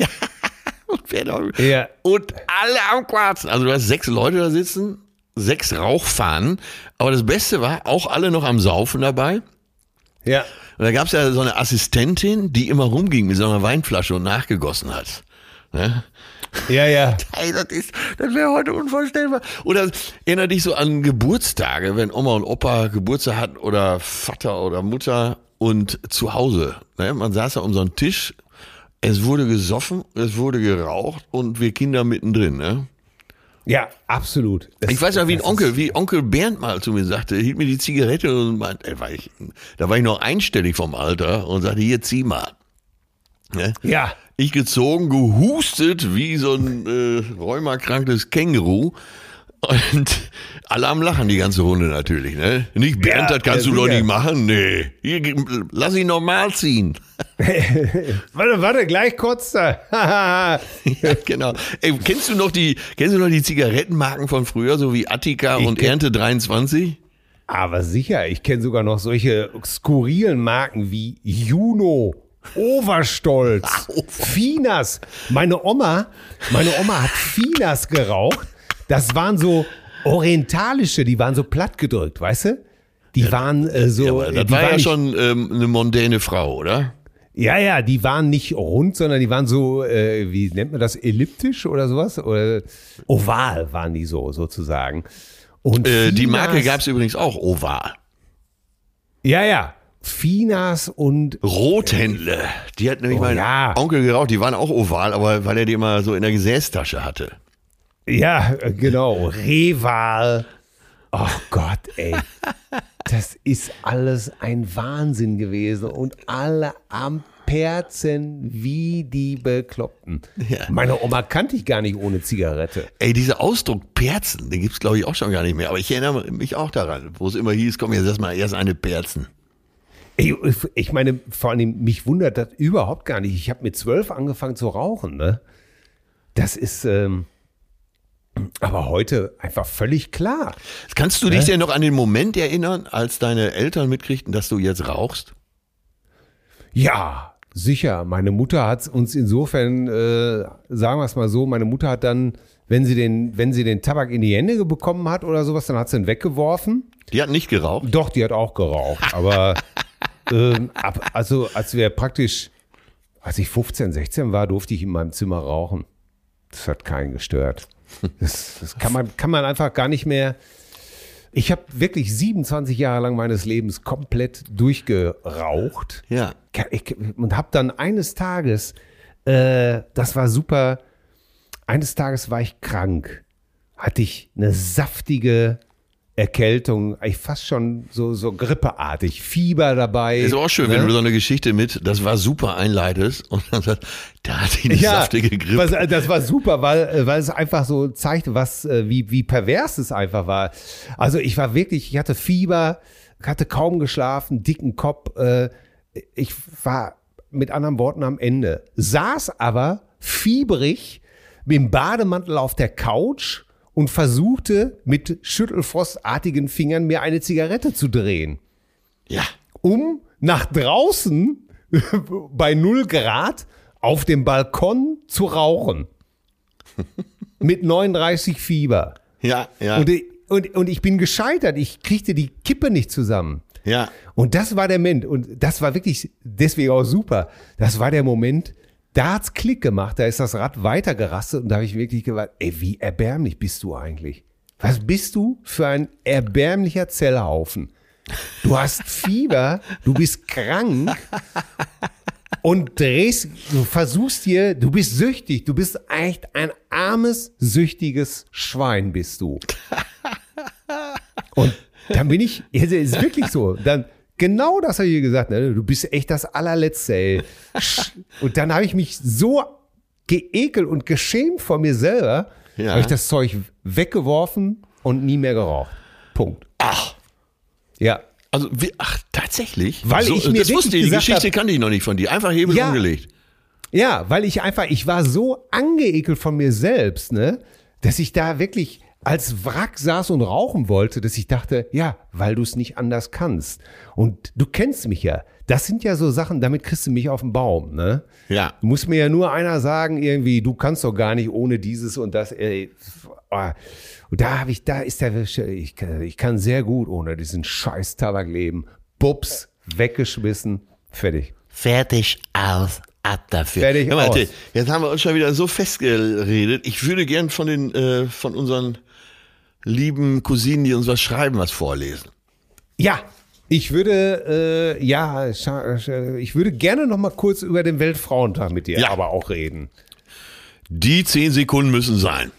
Und, wer Ja. und alle am Quarzen. Also du hast sechs Leute da sitzen, sechs Rauchfahnen. Aber das Beste war, auch alle noch am Saufen dabei. Ja. Und da gab es ja so eine Assistentin, die immer rumging mit so einer Weinflasche und nachgegossen hat. Ne? Ja, ja. Hey, das ist, das wäre heute unvorstellbar. Oder erinnere dich so an Geburtstage, wenn Oma und Opa Geburtstag hatten oder Vater oder Mutter und zu Hause. Ne? Man saß da um so einen Tisch, es wurde gesoffen, es wurde geraucht und wir Kinder mittendrin. Ne? Ja, absolut. Das, Ich weiß ja, wie ein das Onkel, ist- wie Onkel Bernd mal zu mir sagte, er hielt mir die Zigarette und meinte, ey, war ich, da war ich noch einstellig vom Alter und sagte, hier, zieh mal. Ne? Ja. Ich gezogen, gehustet wie so ein äh, rheumakrankes Känguru. Und alle am Lachen, die ganze Runde natürlich. Ne? Nicht Bernd, Ja, das kannst ja, du doch sicher. nicht machen. Nee, Hier, lass ihn normal ziehen. Warte, warte, gleich kurz da. Ja, genau. Ey, kennst du noch die, kennst du noch die Zigarettenmarken von früher, so wie Attika Ich und kenn- Ernte dreiundzwanzig? Aber sicher, ich kenne sogar noch solche skurrilen Marken wie Juno, Overstolz, Finas. Meine Oma, meine Oma hat Finas geraucht. Das waren so orientalische, die waren so plattgedrückt, weißt du? Die waren äh, so. Ja, aber das die war waren ja nicht, schon ähm, eine mondäne Frau, oder? Ja, ja, die waren nicht rund, sondern die waren so, äh, wie nennt man das, elliptisch oder sowas? Oder oval waren die so, sozusagen. Und Äh, die Finas- Marke gab es übrigens auch, Oval. Ja, ja. Finas und Rothändle. Die hat nämlich Oh, mein ja. Onkel geraucht, die waren auch oval, aber weil er die immer so in der Gesäßtasche hatte. ja, äh, genau, Reval. Oh Gott, ey. Das ist alles ein Wahnsinn gewesen und alle am Perzen wie die Bekloppten. Ja. Meine Oma kannte ich gar nicht ohne Zigarette. Ey, dieser Ausdruck Perzen, den gibt's glaube ich auch schon gar nicht mehr. Aber ich erinnere mich auch daran, wo es immer hieß, komm, jetzt lass mal erst eine Perzen. Ey, ich meine, vor allem, mich wundert das überhaupt gar nicht. Ich habe mit zwölf angefangen zu rauchen, ne? Das ist ähm, aber heute einfach völlig klar. Kannst du dich denn noch an den Moment erinnern, als deine Eltern mitkriegten, dass du jetzt rauchst? Ja, sicher. Meine Mutter hat uns insofern, äh, sagen wir es mal so, meine Mutter hat dann, wenn sie den, wenn sie den Tabak in die Hände bekommen hat oder sowas, dann hat sie ihn weggeworfen. Die hat nicht geraucht. Doch, die hat auch geraucht. Aber ähm, ab, also als wir praktisch, als ich fünfzehn, sechzehn war, durfte ich in meinem Zimmer rauchen. Das hat keinen gestört. Das, das kann man, kann man einfach gar nicht mehr. Ich habe wirklich siebenundzwanzig Jahre lang meines Lebens komplett durchgeraucht. Ja. Ich, und habe dann eines Tages, äh, das war super, eines Tages war ich krank. Hatte ich eine saftige Erkältung, eigentlich fast schon so, so grippeartig, Fieber dabei. Ist auch schön, ne? wenn du so eine Geschichte mit, das war super einleitest und dann sagst, da hat die eine saftige Grippe. Was, das war super, weil, weil es einfach so zeigte, was, wie, wie pervers es einfach war. Also ich war wirklich, ich hatte Fieber, hatte kaum geschlafen, dicken Kopf. Äh, ich war mit anderen Worten am Ende. Saß aber fiebrig mit dem Bademantel auf der Couch und versuchte mit schüttelfrostartigen Fingern mir eine Zigarette zu drehen, Ja. um nach draußen bei null Grad auf dem Balkon zu rauchen. Mit neununddreißig Fieber. Ja, ja. Und, und, und ich bin gescheitert. Ich kriegte die Kippe nicht zusammen. ja. Und das war der Moment. Und das war wirklich deswegen auch super. Das war der Moment, da hat's Klick gemacht. Da ist das Rad weitergerastet. Und da habe ich wirklich gedacht, ey, wie erbärmlich bist du eigentlich? Was bist du für ein erbärmlicher Zellhaufen? Du hast Fieber, du bist krank und drehst, du versuchst dir, du bist süchtig, du bist echt ein armes, süchtiges Schwein bist du. Und dann bin ich, es ist wirklich so, dann genau das habe ich ihr gesagt. Ne? Du bist echt das allerletzte, ey. Und dann habe ich mich so geekelt und geschämt vor mir selber, Ja. habe ich das Zeug weggeworfen und nie mehr geraucht. Punkt. Ach, Ja. also, wie, ach, tatsächlich? Weil ich mir das wirklich wusste ich, die gesagt Geschichte hab- kannte ich noch nicht von dir. Einfach Hebel Ja. umgelegt. Ja, weil ich einfach, ich war so angeekelt von mir selbst, ne, dass ich da wirklich als Wrack saß und rauchen wollte, dass ich dachte, ja, weil du es nicht anders kannst. Und du kennst mich ja. Das sind ja so Sachen, damit kriegst du mich auf den Baum, ne? Ja. Muss mir ja nur einer sagen, irgendwie, du kannst doch gar nicht ohne dieses und das. Ey. Und da habe ich, da ist der, ich kann, ich kann sehr gut ohne diesen scheiß Tabak leben. Bups, weggeschmissen, fertig. Fertig, aus, ab dafür. Fertig, Hör mal, aus. Till, jetzt haben wir uns schon wieder so festgeredet. Ich würde gern von den, äh, von unseren lieben Cousinen, die uns was schreiben, was vorlesen. Ja, ich würde, äh, ja, scha- scha- ich würde gerne noch mal kurz über den Weltfrauentag mit dir Ja. aber auch reden. Die zehn Sekunden müssen sein.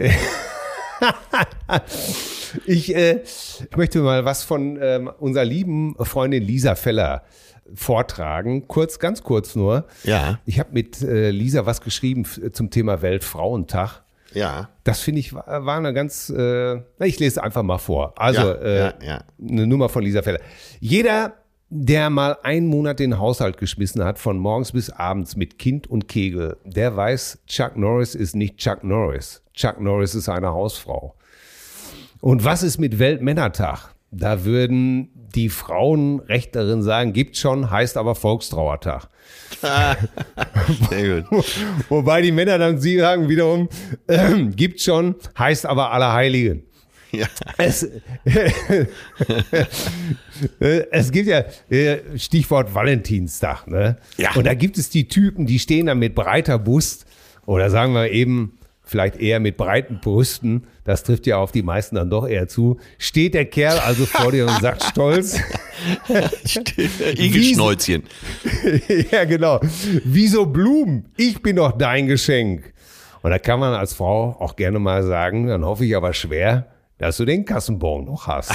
Ich äh, möchte mal was von ähm, unserer lieben Freundin Lisa Feller vortragen. Kurz, ganz kurz nur. Ja. Ich habe mit äh, Lisa was geschrieben f- zum Thema Weltfrauentag. Ja. Das finde ich war war eine ganz, äh, ich lese einfach mal vor. Also Ja, äh, ja, ja. eine Nummer von Lisa Feller. Jeder, der mal einen Monat den Haushalt geschmissen hat, von morgens bis abends mit Kind und Kegel, der weiß, Chuck Norris ist nicht Chuck Norris. Chuck Norris ist eine Hausfrau. Und was ist mit Weltmännertag? Da würden die Frauenrechtlerinnen sagen, gibt schon, heißt aber Volkstrauertag. Sehr gut. Wobei die Männer dann sie sagen wiederum, äh, gibt schon, heißt aber Allerheiligen. Ja. Es, es gibt ja äh, Stichwort Valentinstag, ne? Ja. Und da gibt es die Typen, die stehen dann mit breiter Brust oder sagen wir eben vielleicht eher mit breiten Brüsten, das trifft ja auf die meisten dann doch eher zu, steht der Kerl also vor dir und sagt stolz, Igelschnäuzchen. ja genau, wieso Blumen? Ich bin doch dein Geschenk. Und da kann man als Frau auch gerne mal sagen, dann hoffe ich aber schwer, dass du den Kassenbon noch hast.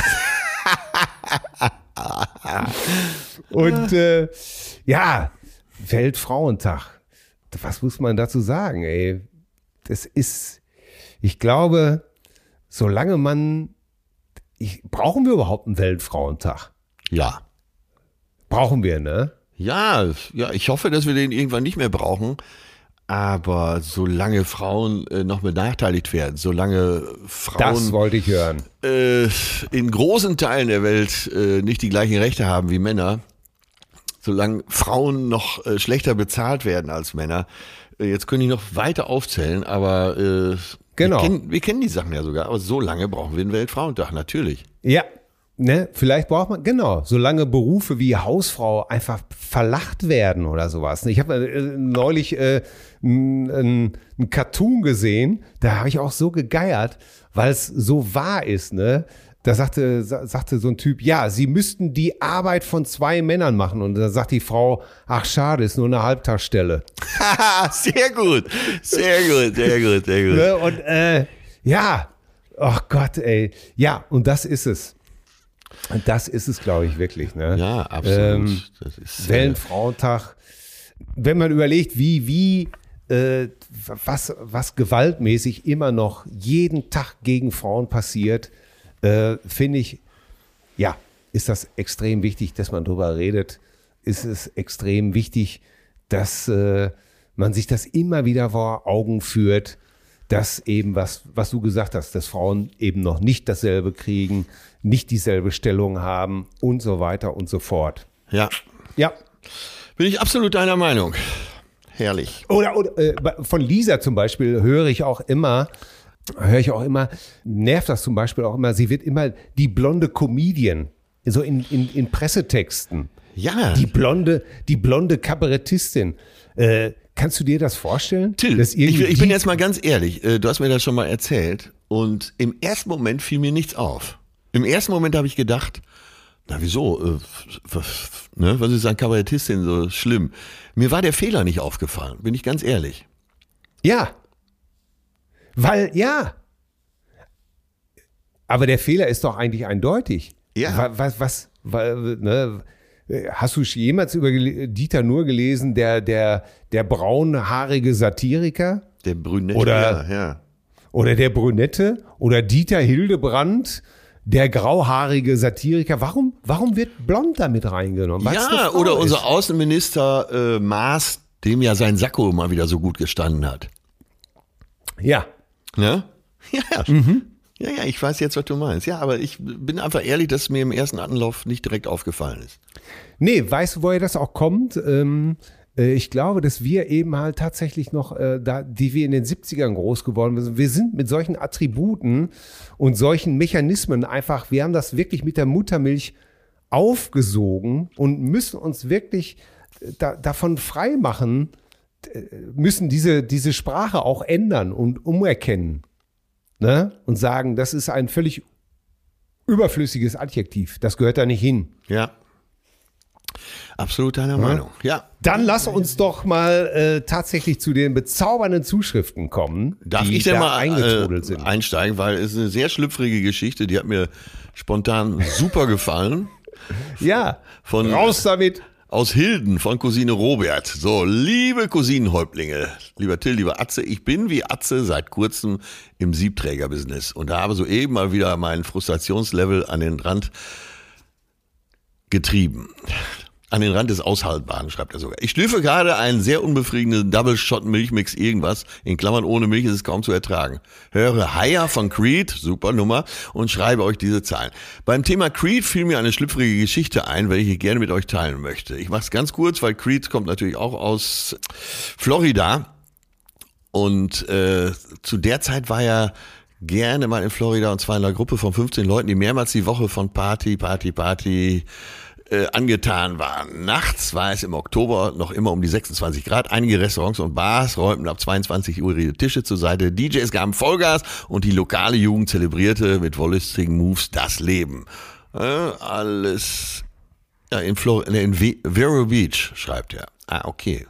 Und äh, ja, Weltfrauentag. Was muss man dazu sagen, ey? Das ist, ich glaube, solange man, ich, brauchen wir überhaupt einen Weltfrauentag? Ja. Brauchen wir, ne? Ja, ja, ich hoffe, dass wir den irgendwann nicht mehr brauchen. Aber solange Frauen äh, noch benachteiligt werden, solange Das Frauen wollte ich hören. äh, in großen Teilen der Welt äh, nicht die gleichen Rechte haben wie Männer, solange Frauen noch äh, schlechter bezahlt werden als Männer, äh, jetzt könnte ich noch weiter aufzählen, aber äh, Genau. wir, kennen, wir kennen die Sachen ja sogar, aber so lange brauchen wir einen Weltfrauentag, natürlich. Ja, ne, vielleicht braucht man, genau, solange Berufe wie Hausfrau einfach verlacht werden oder sowas. Ich habe äh, neulich äh, ein, ein Cartoon gesehen, da habe ich auch so gegeiert, weil es so wahr ist, ne? Da sagte, sa- sagte so ein Typ, ja, sie müssten die Arbeit von zwei Männern machen. Und da sagt die Frau, ach schade, ist nur eine Halbtagsstelle. Sehr gut, sehr gut, sehr gut, sehr gut. Ne? Und äh, ja, oh Gott, ey. Ja, und das ist es. Und das ist es, glaube ich, wirklich. Ne? Ja, absolut. Ähm, Das ist, äh, Weltfrauentag. Wenn man überlegt, wie, wie, äh, was, was gewaltmäßig immer noch jeden Tag gegen Frauen passiert, äh, finde ich, ja, ist das extrem wichtig, dass man drüber redet. Ist es extrem wichtig, dass äh, man sich das immer wieder vor Augen führt, dass eben, was, was du gesagt hast, dass Frauen eben noch nicht dasselbe kriegen, nicht dieselbe Stellung haben und so weiter und so fort. ja, Ja. bin ich absolut deiner Meinung. Herrlich. Oder, oder äh, von Lisa zum Beispiel höre ich auch immer, höre ich auch immer, nervt das zum Beispiel auch immer, sie wird immer die blonde Comedian, so in, in, in Pressetexten. Ja. Die blonde, die blonde Kabarettistin. Äh, kannst du dir das vorstellen? Till, Dass ich, irgendwie ich bin die- jetzt mal ganz ehrlich, äh, du hast mir das schon mal erzählt und im ersten Moment fiel mir nichts auf. Im ersten Moment habe ich gedacht, na wieso, äh, w- w- ne, was ist an Kabarettistin so schlimm? Mir war der Fehler nicht aufgefallen, bin ich ganz ehrlich. Ja. Weil, ja. Aber der Fehler ist doch eigentlich eindeutig. Ja. Wa- Was, was, wa- ne, hast du jemals über Dieter Nuhr gelesen, der, der, der braunhaarige Satiriker? Der Brünette, oder, ja, ja. Oder der Brünette? Oder Dieter Hildebrand, der grauhaarige Satiriker? Warum, warum wird blond damit reingenommen? Weil's Ja, oder ist? Unser Außenminister äh, Maas, dem ja sein Sakko mal wieder so gut gestanden hat. Ja. Ne? Ja, ja. Mhm. Ja, ja, ich weiß jetzt, was du meinst. Ja, aber ich bin einfach ehrlich, dass mir im ersten Anlauf nicht direkt aufgefallen ist. Nee, weißt du, woher das auch kommt? Ähm, äh, ich glaube, dass wir eben halt tatsächlich noch, äh, da, die wir in den siebzigern groß geworden sind, wir sind mit solchen Attributen und solchen Mechanismen einfach, wir haben das wirklich mit der Muttermilch aufgesogen und müssen uns wirklich da, davon frei machen, müssen diese, diese Sprache auch ändern und umerkennen. Ne? Und sagen, das ist ein völlig überflüssiges Adjektiv. Das gehört da nicht hin. Ja. Absolut deiner ja. Meinung. Ja. Dann lass uns doch mal äh, tatsächlich zu den bezaubernden Zuschriften kommen. Darf die ich denn da mal eingetrudelt äh, sind. einsteigen, weil es ist eine sehr schlüpfrige Geschichte, die hat mir spontan super gefallen. Ja, von, raus damit. Aus Hilden von Cousine Robert. So, liebe Cousinenhäuptlinge, lieber Till, lieber Atze, ich bin wie Atze seit kurzem im Siebträger-Business und habe soeben mal wieder meinen Frustrationslevel an den Rand getrieben. An den Rand des Aushaltbaren, schreibt er sogar. Ich schlürfe gerade einen sehr unbefriedigenden Double-Shot-Milchmix irgendwas. In Klammern, ohne Milch ist es kaum zu ertragen. Höre Higher von Creed, super Nummer, und schreibe euch diese Zahlen. Beim Thema Creed fiel mir eine schlüpfrige Geschichte ein, welche ich gerne mit euch teilen möchte. Ich mache es ganz kurz, weil Creed kommt natürlich auch aus Florida. Und äh, zu der Zeit war er gerne mal in Florida, und zwar in einer Gruppe von fünfzehn Leuten, die mehrmals die Woche von Party, Party, Party Äh, angetan waren. Nachts war es im Oktober noch immer um die sechsundzwanzig Grad. Einige Restaurants und Bars räumten ab zweiundzwanzig Uhr ihre Tische zur Seite. D Js gaben Vollgas und die lokale Jugend zelebrierte mit wollüstigen Moves das Leben. Äh, alles ja, in, Flor- in Vero Beach, schreibt er. Ah, okay.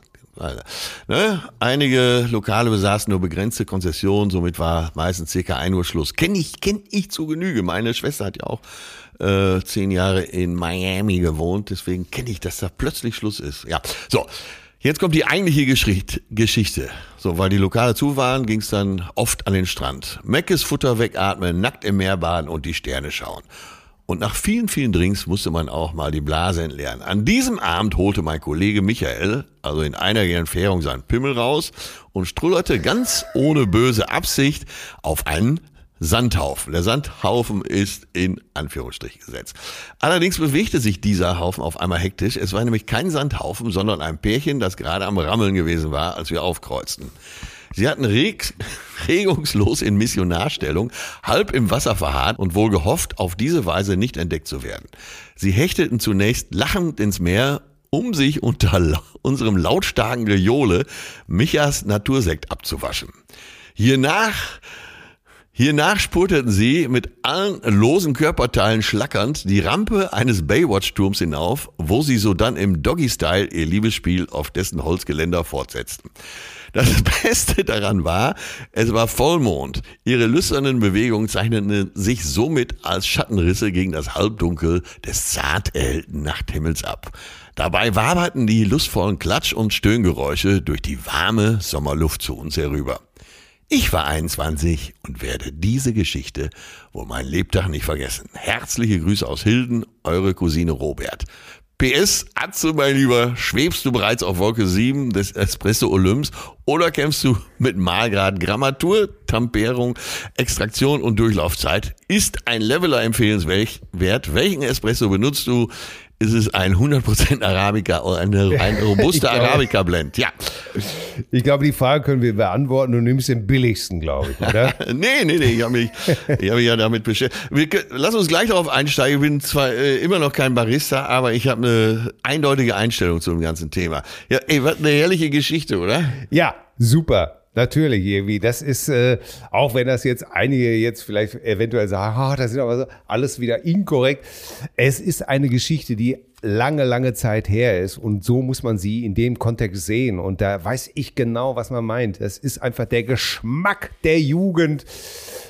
Ne? Einige Lokale besaßen nur begrenzte Konzessionen, somit war meistens circa ein Uhr Schluss. Kenne ich, kenn ich zu Genüge. Meine Schwester hat ja auch äh, zehn Jahre in Miami gewohnt, deswegen kenne ich, dass da plötzlich Schluss ist. Ja, so. Jetzt kommt die eigentliche Geschichte. So, weil die Lokale zu waren, ging es dann oft an den Strand. Meckes Futter wegatmen, nackt im Meer baden und die Sterne schauen. Und nach vielen, vielen Drinks musste man auch mal die Blase entleeren. An diesem Abend holte mein Kollege Michael, also in einiger Entfernung, seinen Pimmel raus und strullerte ganz ohne böse Absicht auf einen Sandhaufen. Der Sandhaufen ist in Anführungsstrich gesetzt. Allerdings bewegte sich dieser Haufen auf einmal hektisch. Es war nämlich kein Sandhaufen, sondern ein Pärchen, das gerade am Rammeln gewesen war, als wir aufkreuzten. Sie hatten reg, regungslos in Missionarstellung, halb im Wasser verharrt und wohl gehofft, auf diese Weise nicht entdeckt zu werden. Sie hechteten zunächst lachend ins Meer, um sich unter la- unserem lautstarken Gejohle Michas Natursekt abzuwaschen. Hiernach... Hiernach spurteten sie mit allen losen Körperteilen schlackernd die Rampe eines Baywatch-Turms hinauf, wo sie sodann im Doggy-Style ihr Liebesspiel auf dessen Holzgeländer fortsetzten. Das Beste daran war, es war Vollmond. Ihre lüsternen Bewegungen zeichneten sich somit als Schattenrisse gegen das Halbdunkel des zart erhellten Nachthimmels ab. Dabei waberten die lustvollen Klatsch- und Stöhngeräusche durch die warme Sommerluft zu uns herüber. Ich war einundzwanzig und werde diese Geschichte wohl mein Lebtag nicht vergessen. Herzliche Grüße aus Hilden, eure Cousine Robert. P S, Atze, mein Lieber, schwebst du bereits auf Wolke sieben des Espresso Olymps oder kämpfst du mit Mahlgrad, Grammatur, Temperung, Extraktion und Durchlaufzeit? Ist ein Leveler empfehlenswert? Welchen Espresso benutzt du? Ist es ein hundert Prozent Arabica oder eine, ein robuster Arabica-Blend? Ja. Ich glaube, die Frage können wir beantworten. Du nimmst den billigsten, glaube ich, oder? nee, nee, nee, ich habe mich, ich hab mich ja damit beschäftigt. Wir, lass uns gleich darauf einsteigen. Ich bin zwar äh, immer noch kein Barista, aber ich habe eine eindeutige Einstellung zu dem ganzen Thema. Ja, ey, was eine herrliche Geschichte, oder? Ja, super. Natürlich, irgendwie. Das ist, äh, auch wenn das jetzt einige jetzt vielleicht eventuell sagen, oh, das ist aber so alles wieder inkorrekt. Es ist eine Geschichte, die lange, lange Zeit her ist und so muss man sie in dem Kontext sehen. Und da weiß ich genau, was man meint. Das ist einfach der Geschmack der Jugend.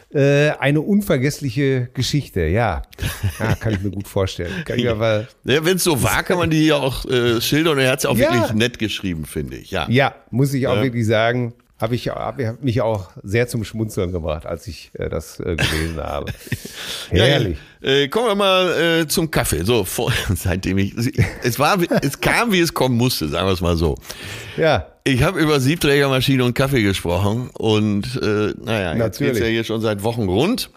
Äh, eine unvergessliche Geschichte, ja. ja. Kann ich mir gut vorstellen. Kann ich aber ja, wenn es so war, kann man die ja auch äh, schildern. Und er hat es auch ja. wirklich nett geschrieben, finde ich. Ja, ja muss ich auch ja. wirklich sagen. Habe ich hab mich auch sehr zum Schmunzeln gebracht, als ich äh, das äh, gelesen habe. Herrlich. Ja, äh, kommen wir mal äh, zum Kaffee. So, vor, seitdem ich, es war, es kam, wie es kommen musste, sagen wir es mal so. Ja. Ich habe über Siebträgermaschine und Kaffee gesprochen und äh, naja, jetzt Natürlich. geht's ja hier schon seit Wochen rund.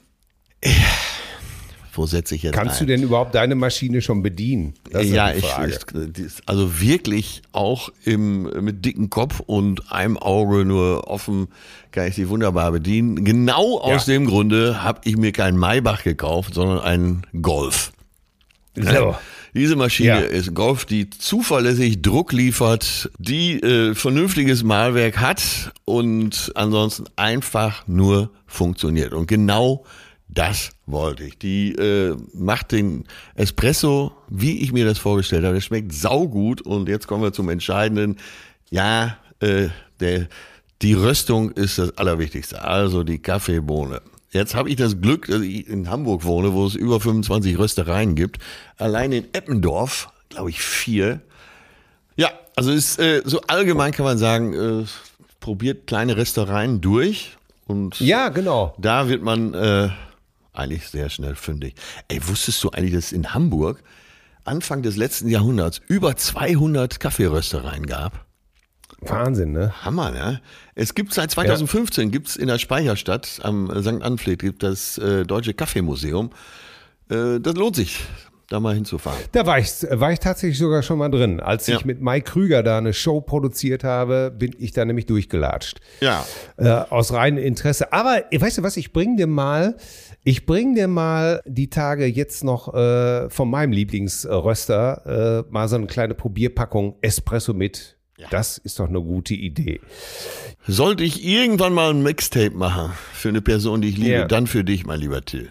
Wo setze ich jetzt Kannst ein? du denn überhaupt deine Maschine schon bedienen? Das ist ja, die Frage. ich, also wirklich auch im, mit dicken Kopf und einem Auge nur offen kann ich sie wunderbar bedienen. Genau aus Ja. dem Grunde habe ich mir keinen Maybach gekauft, sondern einen Golf. So. Diese Maschine Ja. ist Golf, die zuverlässig Druck liefert, die äh, vernünftiges Mahlwerk hat und ansonsten einfach nur funktioniert. Und genau das wollte ich. Die äh, macht den Espresso, wie ich mir das vorgestellt habe. Der schmeckt saugut. Und jetzt kommen wir zum Entscheidenden. Ja, äh, der, die Röstung ist das Allerwichtigste. Also die Kaffeebohne. Jetzt habe ich das Glück, dass ich in Hamburg wohne, wo es über fünfundzwanzig Röstereien gibt. Allein in Eppendorf, glaube ich, vier. Ja, also ist äh, so allgemein kann man sagen, äh, probiert kleine Röstereien durch. Und Ja, genau. da wird man äh, eigentlich sehr schnell fündig. Ey, wusstest du eigentlich, dass es in Hamburg Anfang des letzten Jahrhunderts über zweihundert Kaffeeröstereien gab? Wahnsinn, ne? Hammer, ne? Es gibt seit zweitausendfünfzehn, ja. gibt's in der Speicherstadt am Sankt Anfleet, gibt das äh, Deutsche Kaffeemuseum. Äh, das lohnt sich, da mal hinzufahren. Da war ich, war ich tatsächlich sogar schon mal drin. Als Ja. ich mit Mike Krüger da eine Show produziert habe, bin ich da nämlich durchgelatscht. Ja. Äh, aus reinem Interesse. Aber weißt du was, ich bring dir mal, ich bring dir mal die Tage jetzt noch äh, von meinem Lieblingsröster äh, mal so eine kleine Probierpackung Espresso mit. Ja. Das ist doch eine gute Idee. Sollte ich irgendwann mal ein Mixtape machen für eine Person, die ich liebe, Ja. dann für dich, mein lieber Till.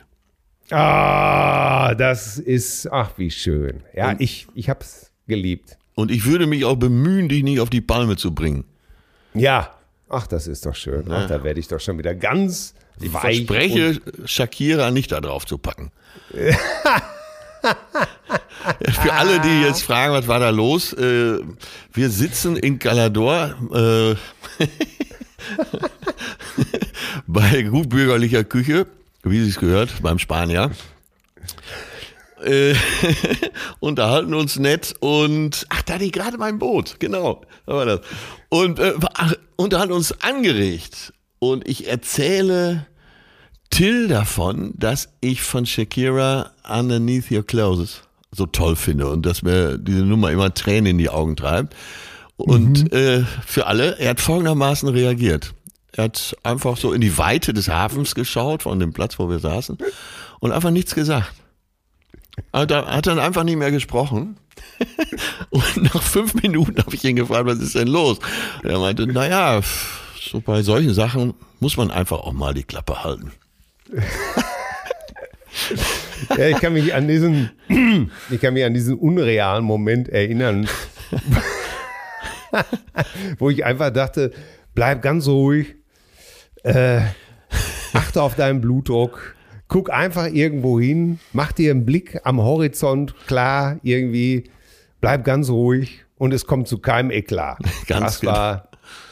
Ah, das ist, ach wie schön. Ja, Und- ich, ich hab's geliebt. Und ich würde mich auch bemühen, dich nicht auf die Palme zu bringen. Ja, ach, das ist doch schön. Ach, da werde ich doch schon wieder ganz Ich weich. verspreche, und- Shakira nicht da drauf zu packen. Für alle, die jetzt fragen, was war da los? Äh, wir sitzen in Calador äh, bei gutbürgerlicher Küche, wie sie es gehört, beim Spanier. Äh, unterhalten uns nett und ach, da hatte ich gerade mein Boot, genau, da war das. Und äh, ach, unterhalten uns angeregt. Und ich erzähle Till davon, dass ich von Shakira Underneath Your Clothes so toll finde und dass mir diese Nummer immer Tränen in die Augen treibt. Und mhm. äh, für alle, er hat folgendermaßen reagiert. Er hat einfach so in die Weite des Hafens geschaut, von dem Platz, wo wir saßen, und einfach nichts gesagt. Er hat dann einfach nicht mehr gesprochen. Und nach fünf Minuten habe ich ihn gefragt, was ist denn los? Und er meinte, naja, so bei solchen Sachen muss man einfach auch mal die Klappe halten. Ja, ich kann mich an diesen, ich kann mich an diesen unrealen Moment erinnern, wo ich einfach dachte, bleib ganz ruhig, äh, achte auf deinen Blutdruck, guck einfach irgendwo hin, mach dir einen Blick am Horizont klar, irgendwie, bleib ganz ruhig und es kommt zu keinem Eklat. Ganz das genau. war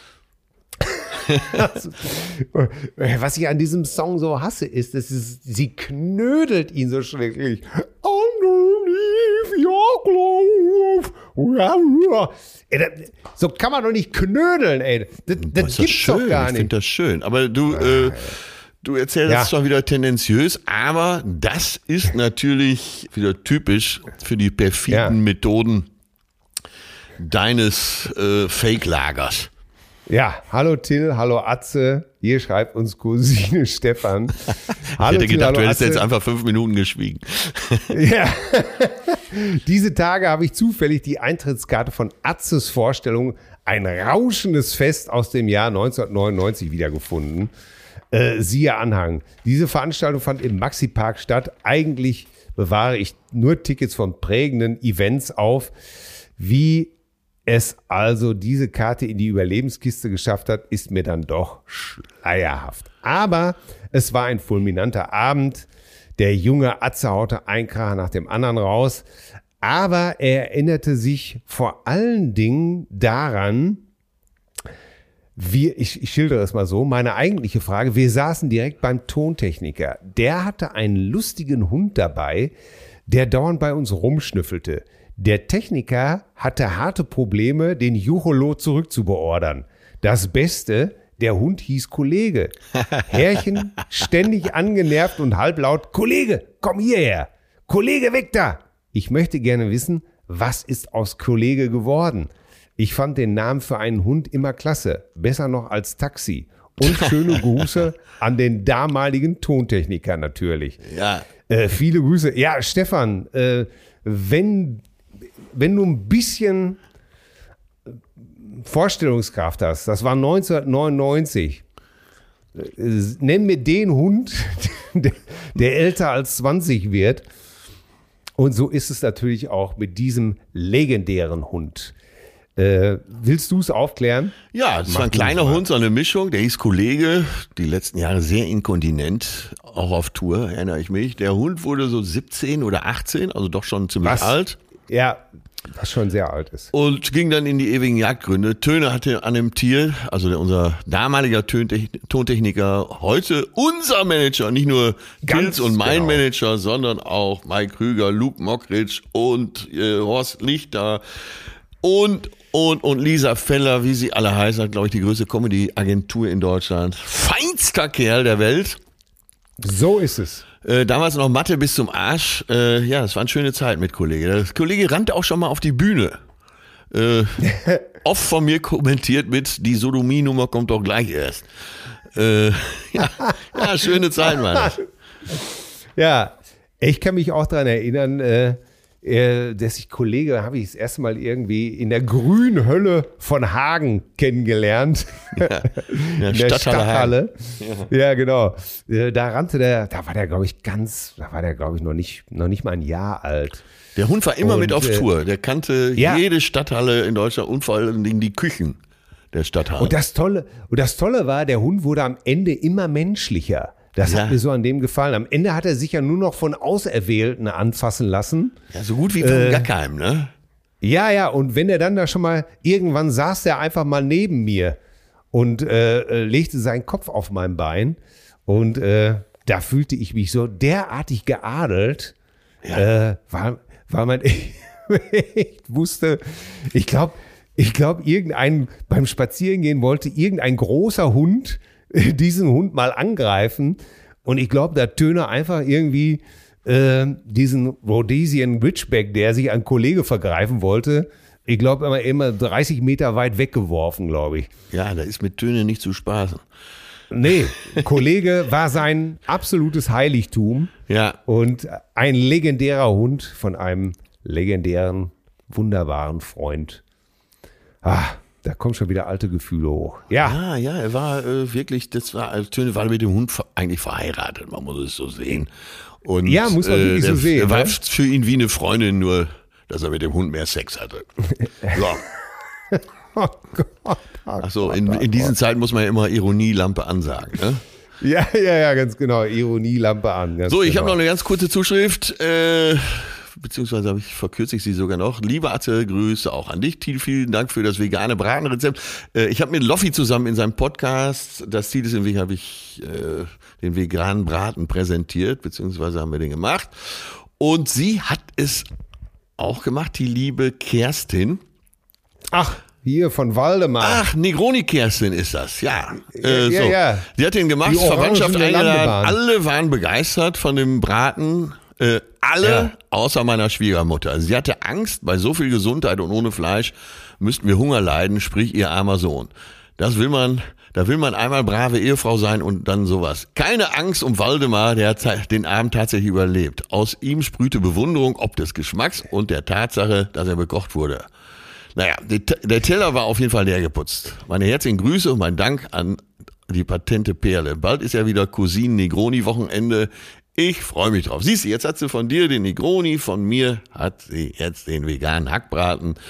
Was ich an diesem Song so hasse, ist, dass es, sie knödelt ihn so schrecklich. Underneath your glove. Ey, das, so kann man doch nicht knödeln, ey. Das, das ist gibt's schön. doch gar Ich nicht. finde das schön. Aber du, äh, du erzählst Ja. es zwar wieder tendenziös, aber das ist natürlich wieder typisch für die perfiden Ja. Methoden deines äh, Fake-Lagers. Ja, hallo Till, hallo Atze. Hier schreibt uns Cousine Stefan. Hallo ich hätte Till, gedacht, hallo du hättest Atze. jetzt einfach fünf Minuten geschwiegen. Ja. Diese Tage habe ich zufällig die Eintrittskarte von Atzes Vorstellung Ein rauschendes Fest aus dem Jahr neunzehnhundertneunundneunzig wiedergefunden. Äh, siehe Anhang. Diese Veranstaltung fand im Maxi-Park statt. Eigentlich bewahre ich nur Tickets von prägenden Events auf, wie es also diese Karte in die Überlebenskiste geschafft hat, ist mir dann doch schleierhaft. Aber es war ein fulminanter Abend. Der junge Atze haute ein Kracher nach dem anderen raus. Aber er erinnerte sich vor allen Dingen daran, wie, ich, ich schildere es mal so, meine eigentliche Frage, wir saßen direkt beim Tontechniker. Der hatte einen lustigen Hund dabei, der dauernd bei uns rumschnüffelte. Der Techniker hatte harte Probleme, den Jucholo zurückzubeordern. Das Beste, der Hund hieß Kollege. Herrchen ständig angenervt und halblaut, Kollege, komm hierher. Kollege, weg da. Ich möchte gerne wissen, was ist aus Kollege geworden? Ich fand den Namen für einen Hund immer klasse. Besser noch als Taxi. Und schöne Grüße an den damaligen Tontechniker natürlich. Ja. Äh, viele Grüße. Ja, Stefan, äh, wenn... Wenn du ein bisschen Vorstellungskraft hast, das war neunzehnhundertneunundneunzig, nenn mir den Hund, der, der älter als zwanzig wird. Und so ist es natürlich auch mit diesem legendären Hund. Äh, willst du es aufklären? Ja, es war ein kleiner Hund, so eine Mischung, der hieß Kollege, die letzten Jahre sehr inkontinent, auch auf Tour, erinnere ich mich. Der Hund wurde so siebzehn oder achtzehn, also doch schon ziemlich Was? alt. Ja, was schon sehr alt ist. Und ging dann in die ewigen Jagdgründe. Töne hatte an dem Tier, also der, unser damaliger Tontechn- Tontechniker, heute unser Manager, nicht nur Gils und mein genau. Manager, sondern auch Mike Krüger, Luke Mockridge und äh, Horst Lichter und, und, und Lisa Feller, wie sie alle heißen, hat, glaube ich, die größte Comedy-Agentur in Deutschland. Feinster Kerl der Welt. So ist es. Äh, damals noch Mathe bis zum Arsch. Äh, ja, es war eine schöne Zeit mit Kollege. Der Kollege rannte auch schon mal auf die Bühne. Äh, oft von mir kommentiert mit, die Sodomie-Nummer kommt doch gleich erst. Äh, ja, ja, schöne Zeit, Mann. Ja, ich kann mich auch daran erinnern, äh, äh, dass ich Kollege, habe ich das erste Mal irgendwie in der grünen Hölle von Hagen kennengelernt. Ja, in der Stadthalle. Ja. ja, genau. Äh, da rannte der, da war der, glaube ich, ganz, da war der, glaube ich, noch nicht, noch nicht mal ein Jahr alt. Der Hund war immer und, mit auf äh, Tour. Der kannte ja. jede Stadthalle in Deutschland und vor allen Dingen die Küchen der Stadthalle. Und das Tolle, und das Tolle war, der Hund wurde am Ende immer menschlicher. Das Ja. hat mir so an dem gefallen. Am Ende hat er sich ja nur noch von Auserwählten anfassen lassen. Ja, so gut wie von Äh, Gackheim, ne? Ja, ja, und wenn er dann da schon mal, irgendwann saß der einfach mal neben mir und äh, äh, legte seinen Kopf auf mein Bein und äh, da fühlte ich mich so derartig geadelt, Ja. äh, weil, weil man echt wusste, ich glaube, ich glaube, irgendein, beim Spazierengehen wollte irgendein großer Hund diesen Hund mal angreifen und ich glaube, da Töne einfach irgendwie äh, diesen Rhodesian Ridgeback, der sich an Kollege vergreifen wollte, ich glaube, immer, immer dreißig Meter weit weggeworfen, glaube ich. Ja, da ist mit Töne nicht zu spaßen. Nee, Kollege war sein absolutes Heiligtum Ja. und ein legendärer Hund von einem legendären, wunderbaren Freund. Ah, da kommen schon wieder alte Gefühle hoch. Ja, Ah, ja, er war äh, wirklich, das war, also Töne war mit dem Hund ver- eigentlich verheiratet, man muss es so sehen. Und, Ja, muss man wirklich der, so sehen, Er war ne? für ihn wie eine Freundin, nur dass er mit dem Hund mehr Sex hatte. So. oh Gott. Ach so, in, in diesen Zeiten muss man ja immer Ironielampe ansagen. Ne? Ja, ja, ja, ganz genau. Ironielampe an. Ganz So, ich genau. habe noch eine ganz kurze Zuschrift, äh, beziehungsweise habe ich, verkürze ich sie sogar noch. Liebe Atze, Grüße auch an dich. Thiel, vielen Dank für das vegane Bratenrezept. Äh, ich habe mit Loffi zusammen in seinem Podcast, das Ziel ist im Weg, habe ich äh, den veganen Braten präsentiert, beziehungsweise haben wir den gemacht. Und sie hat es auch gemacht, die liebe Kerstin. Ach, hier von Waldemar. Ach, Negroni Kerstin ist das, ja. Äh, ja, so. ja. Die hat den gemacht, Die Verwandtschaft orangene eingeladen. Landebahn. Alle waren begeistert von dem Braten. Äh, alle, Ja. außer meiner Schwiegermutter. Sie hatte Angst, bei so viel Gesundheit und ohne Fleisch müssten wir Hunger leiden, sprich ihr armer Sohn. Das will man, da will man einmal brave Ehefrau sein und dann sowas. Keine Angst um Waldemar, der hat den Abend tatsächlich überlebt. Aus ihm sprühte Bewunderung ob des Geschmacks und der Tatsache, dass er bekocht wurde. Naja, der Teller war auf jeden Fall leer geputzt. Meine herzlichen Grüße und mein Dank an die patente Perle. Bald ist ja wieder Cousinen-Negroni-Wochenende. Ich freue mich drauf. Siehst du, jetzt hat sie von dir den Negroni, von mir hat sie jetzt den veganen Hackbraten.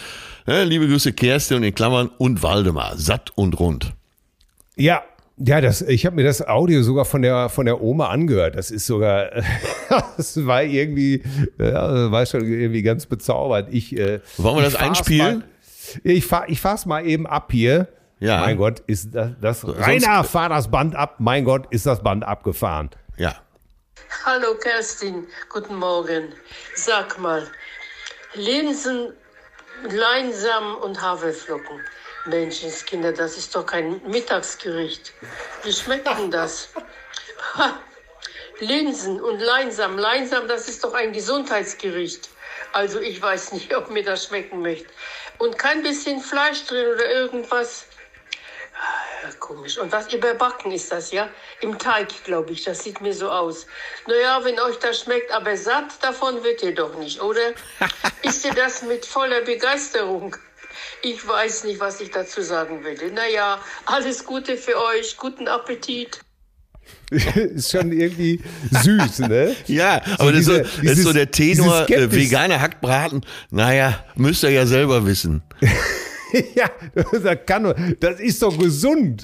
Ja, liebe Grüße Kerstin und in Klammern und Waldemar. Satt und rund. Ja, ja, das, ich habe mir das Audio sogar von der, von der Oma angehört. Das ist sogar, das war irgendwie, ja, war schon irgendwie ganz bezaubernd. Ich, äh, Wollen wir das ich fahr's einspielen? Mal, ich fahr, ich fahr's mal eben ab hier. Ja. Mein Gott, ist das, das Rainer, fahr das Band ab. Mein Gott, ist das Band abgefahren. Ja. Hallo Kerstin, guten Morgen. Sag mal, Linsen, Leinsamen und Haferflocken. Menschenskinder, das ist doch kein Mittagsgericht. Wie schmeckt denn das? Ha, Linsen und Leinsamen. Leinsamen, das ist doch ein Gesundheitsgericht. Also ich weiß nicht, ob mir das schmecken möchte. Und kein bisschen Fleisch drin oder irgendwas. Ah, komisch. Und was überbacken ist das, ja? Im Teig, glaube ich. Das sieht mir so aus. Naja, wenn euch das schmeckt, aber satt davon wird ihr doch nicht, oder? Isst ihr das mit voller Begeisterung? Ich weiß nicht, was ich dazu sagen will. Naja, alles Gute für euch. Guten Appetit. Ist schon irgendwie süß, ne? Ja, aber das, diese, ist so, das dieses, ist so der Tenor, äh, Skeptis. veganer Hackbraten. Naja, müsst ihr ja selber wissen. Ja, das kann nur, das ist doch gesund.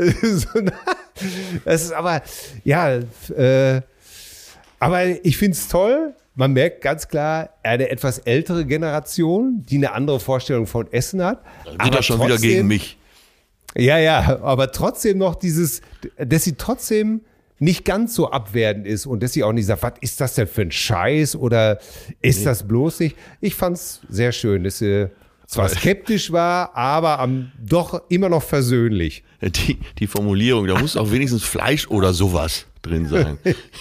Das ist aber, ja, äh, aber ich finde es toll. Man merkt ganz klar, eine etwas ältere Generation, die eine andere Vorstellung von Essen hat. Dann aber geht er schon wieder trotzdem, gegen mich. Ja, ja, aber trotzdem noch dieses, dass sie trotzdem nicht ganz so abwertend ist und dass sie auch nicht sagt, was ist das denn für ein Scheiß oder ist nee. das bloß nicht? Ich fand's sehr schön, dass sie zwar skeptisch war, aber am, doch immer noch versöhnlich. Die, die Formulierung, da muss auch wenigstens Fleisch oder sowas drin sein.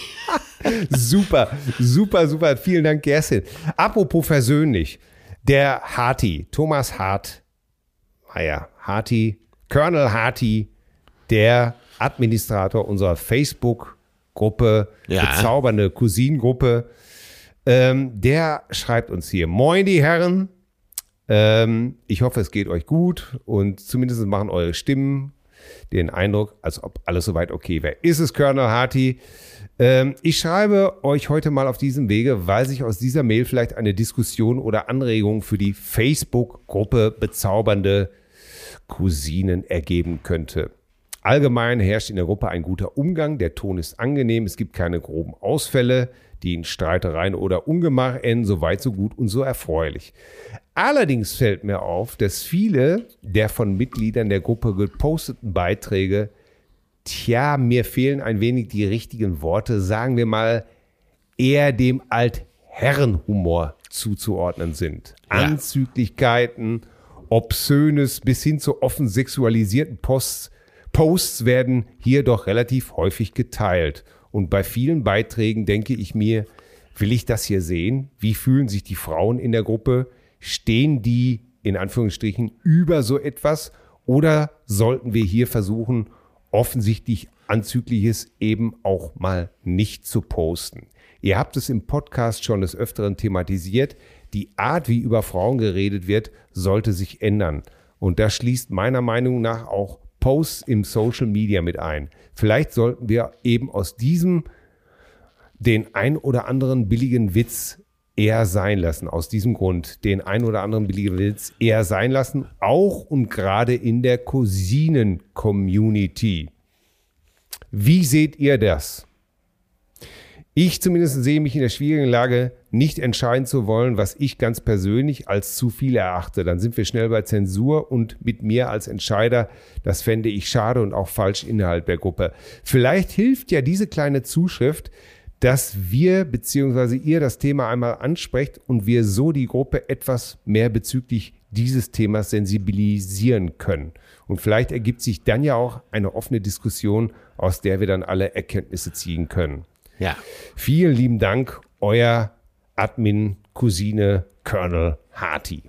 Super, super, super. Vielen Dank, Kerstin. Apropos versöhnlich, der Harty, Thomas Hart, naja, Harty, Colonel Harty, der Administrator unserer Facebook-Gruppe, ja. bezaubernde Cousinengruppe, ähm, der schreibt uns hier: Moin, die Herren. Ähm, ich hoffe, es geht euch gut und zumindest machen eure Stimmen den Eindruck, als ob alles soweit okay wäre. Ist es, Colonel Harty? Ähm, ich schreibe euch heute mal auf diesem Wege, weil sich aus dieser Mail vielleicht eine Diskussion oder Anregung für die Facebook-Gruppe bezaubernde Cousinen ergeben könnte. Allgemein herrscht in der Gruppe ein guter Umgang, der Ton ist angenehm, es gibt keine groben Ausfälle, die in Streitereien oder Ungemach enden, so weit, so gut und so erfreulich. Allerdings fällt mir auf, dass viele der von Mitgliedern der Gruppe geposteten Beiträge, tja, mir fehlen ein wenig die richtigen Worte, sagen wir mal, eher dem Altherrenhumor zuzuordnen sind. Ja. Anzüglichkeiten, Obszönes bis hin zu offen sexualisierten Posts, Posts werden hier doch relativ häufig geteilt. Und bei vielen Beiträgen denke ich mir, will ich das hier sehen? Wie fühlen sich die Frauen in der Gruppe? Stehen die, in Anführungsstrichen, über so etwas? Oder sollten wir hier versuchen, offensichtlich Anzügliches eben auch mal nicht zu posten? Ihr habt es im Podcast schon des Öfteren thematisiert. Die Art, wie über Frauen geredet wird, sollte sich ändern. Und das schließt meiner Meinung nach auch Posts im Social Media mit ein. Vielleicht sollten wir eben aus diesem den ein oder anderen billigen Witz eher sein lassen. Aus diesem Grund den ein oder anderen billigen Witz eher sein lassen, auch und gerade in der Cousinen-Community. Wie seht ihr das? Ich zumindest sehe mich in der schwierigen Lage, nicht entscheiden zu wollen, was ich ganz persönlich als zu viel erachte. Dann sind wir schnell bei Zensur und mit mir als Entscheider. Das fände ich schade und auch falsch innerhalb der Gruppe. Vielleicht hilft ja diese kleine Zuschrift, dass wir bzw. ihr das Thema einmal ansprecht und wir so die Gruppe etwas mehr bezüglich dieses Themas sensibilisieren können. Und vielleicht ergibt sich dann ja auch eine offene Diskussion, aus der wir dann alle Erkenntnisse ziehen können. Ja. Vielen lieben Dank, euer Admin, Cousine, Colonel Harty.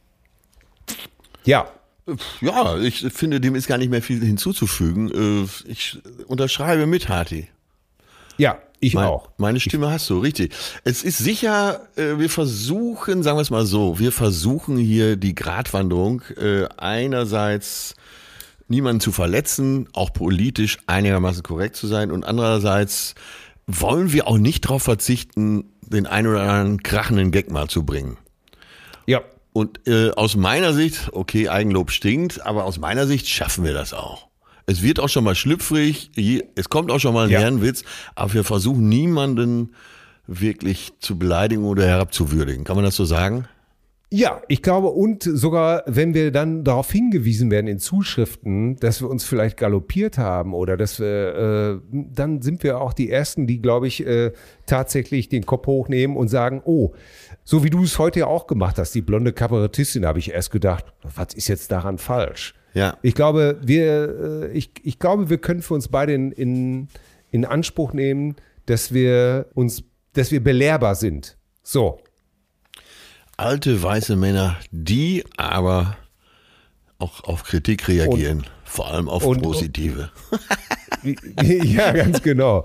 Ja. Ja, ich finde, dem ist gar nicht mehr viel hinzuzufügen. Ich unterschreibe mit Harty. Ja, ich mein, auch. Meine Stimme ich, hast du, richtig. Es ist sicher, wir versuchen, sagen wir es mal so, wir versuchen hier die Gratwanderung einerseits niemanden zu verletzen, auch politisch einigermaßen korrekt zu sein und andererseits wollen wir auch nicht darauf verzichten, den einen oder anderen krachenden Gag mal zu bringen. Ja. Und äh, aus meiner Sicht, okay, Eigenlob stinkt, aber aus meiner Sicht schaffen wir das auch. Es wird auch schon mal schlüpfrig, je, es kommt auch schon mal ein Ja. Herrenwitz, aber wir versuchen niemanden wirklich zu beleidigen oder herabzuwürdigen. Kann man das so sagen? Ja, ich glaube, und sogar, wenn wir dann darauf hingewiesen werden in Zuschriften, dass wir uns vielleicht galoppiert haben oder dass wir, äh, dann sind wir auch die Ersten, die, glaube ich, äh, tatsächlich den Kopf hochnehmen und sagen, oh, so wie du es heute ja auch gemacht hast, die blonde Kabarettistin, habe ich erst gedacht, was ist jetzt daran falsch? Ja. Ich glaube, wir, äh, ich, ich glaube, wir können für uns beide in, in, in Anspruch nehmen, dass wir uns, dass wir belehrbar sind. So. Alte weiße Männer, die aber auch auf Kritik reagieren, und, vor allem auf und, positive. Ja, ganz genau.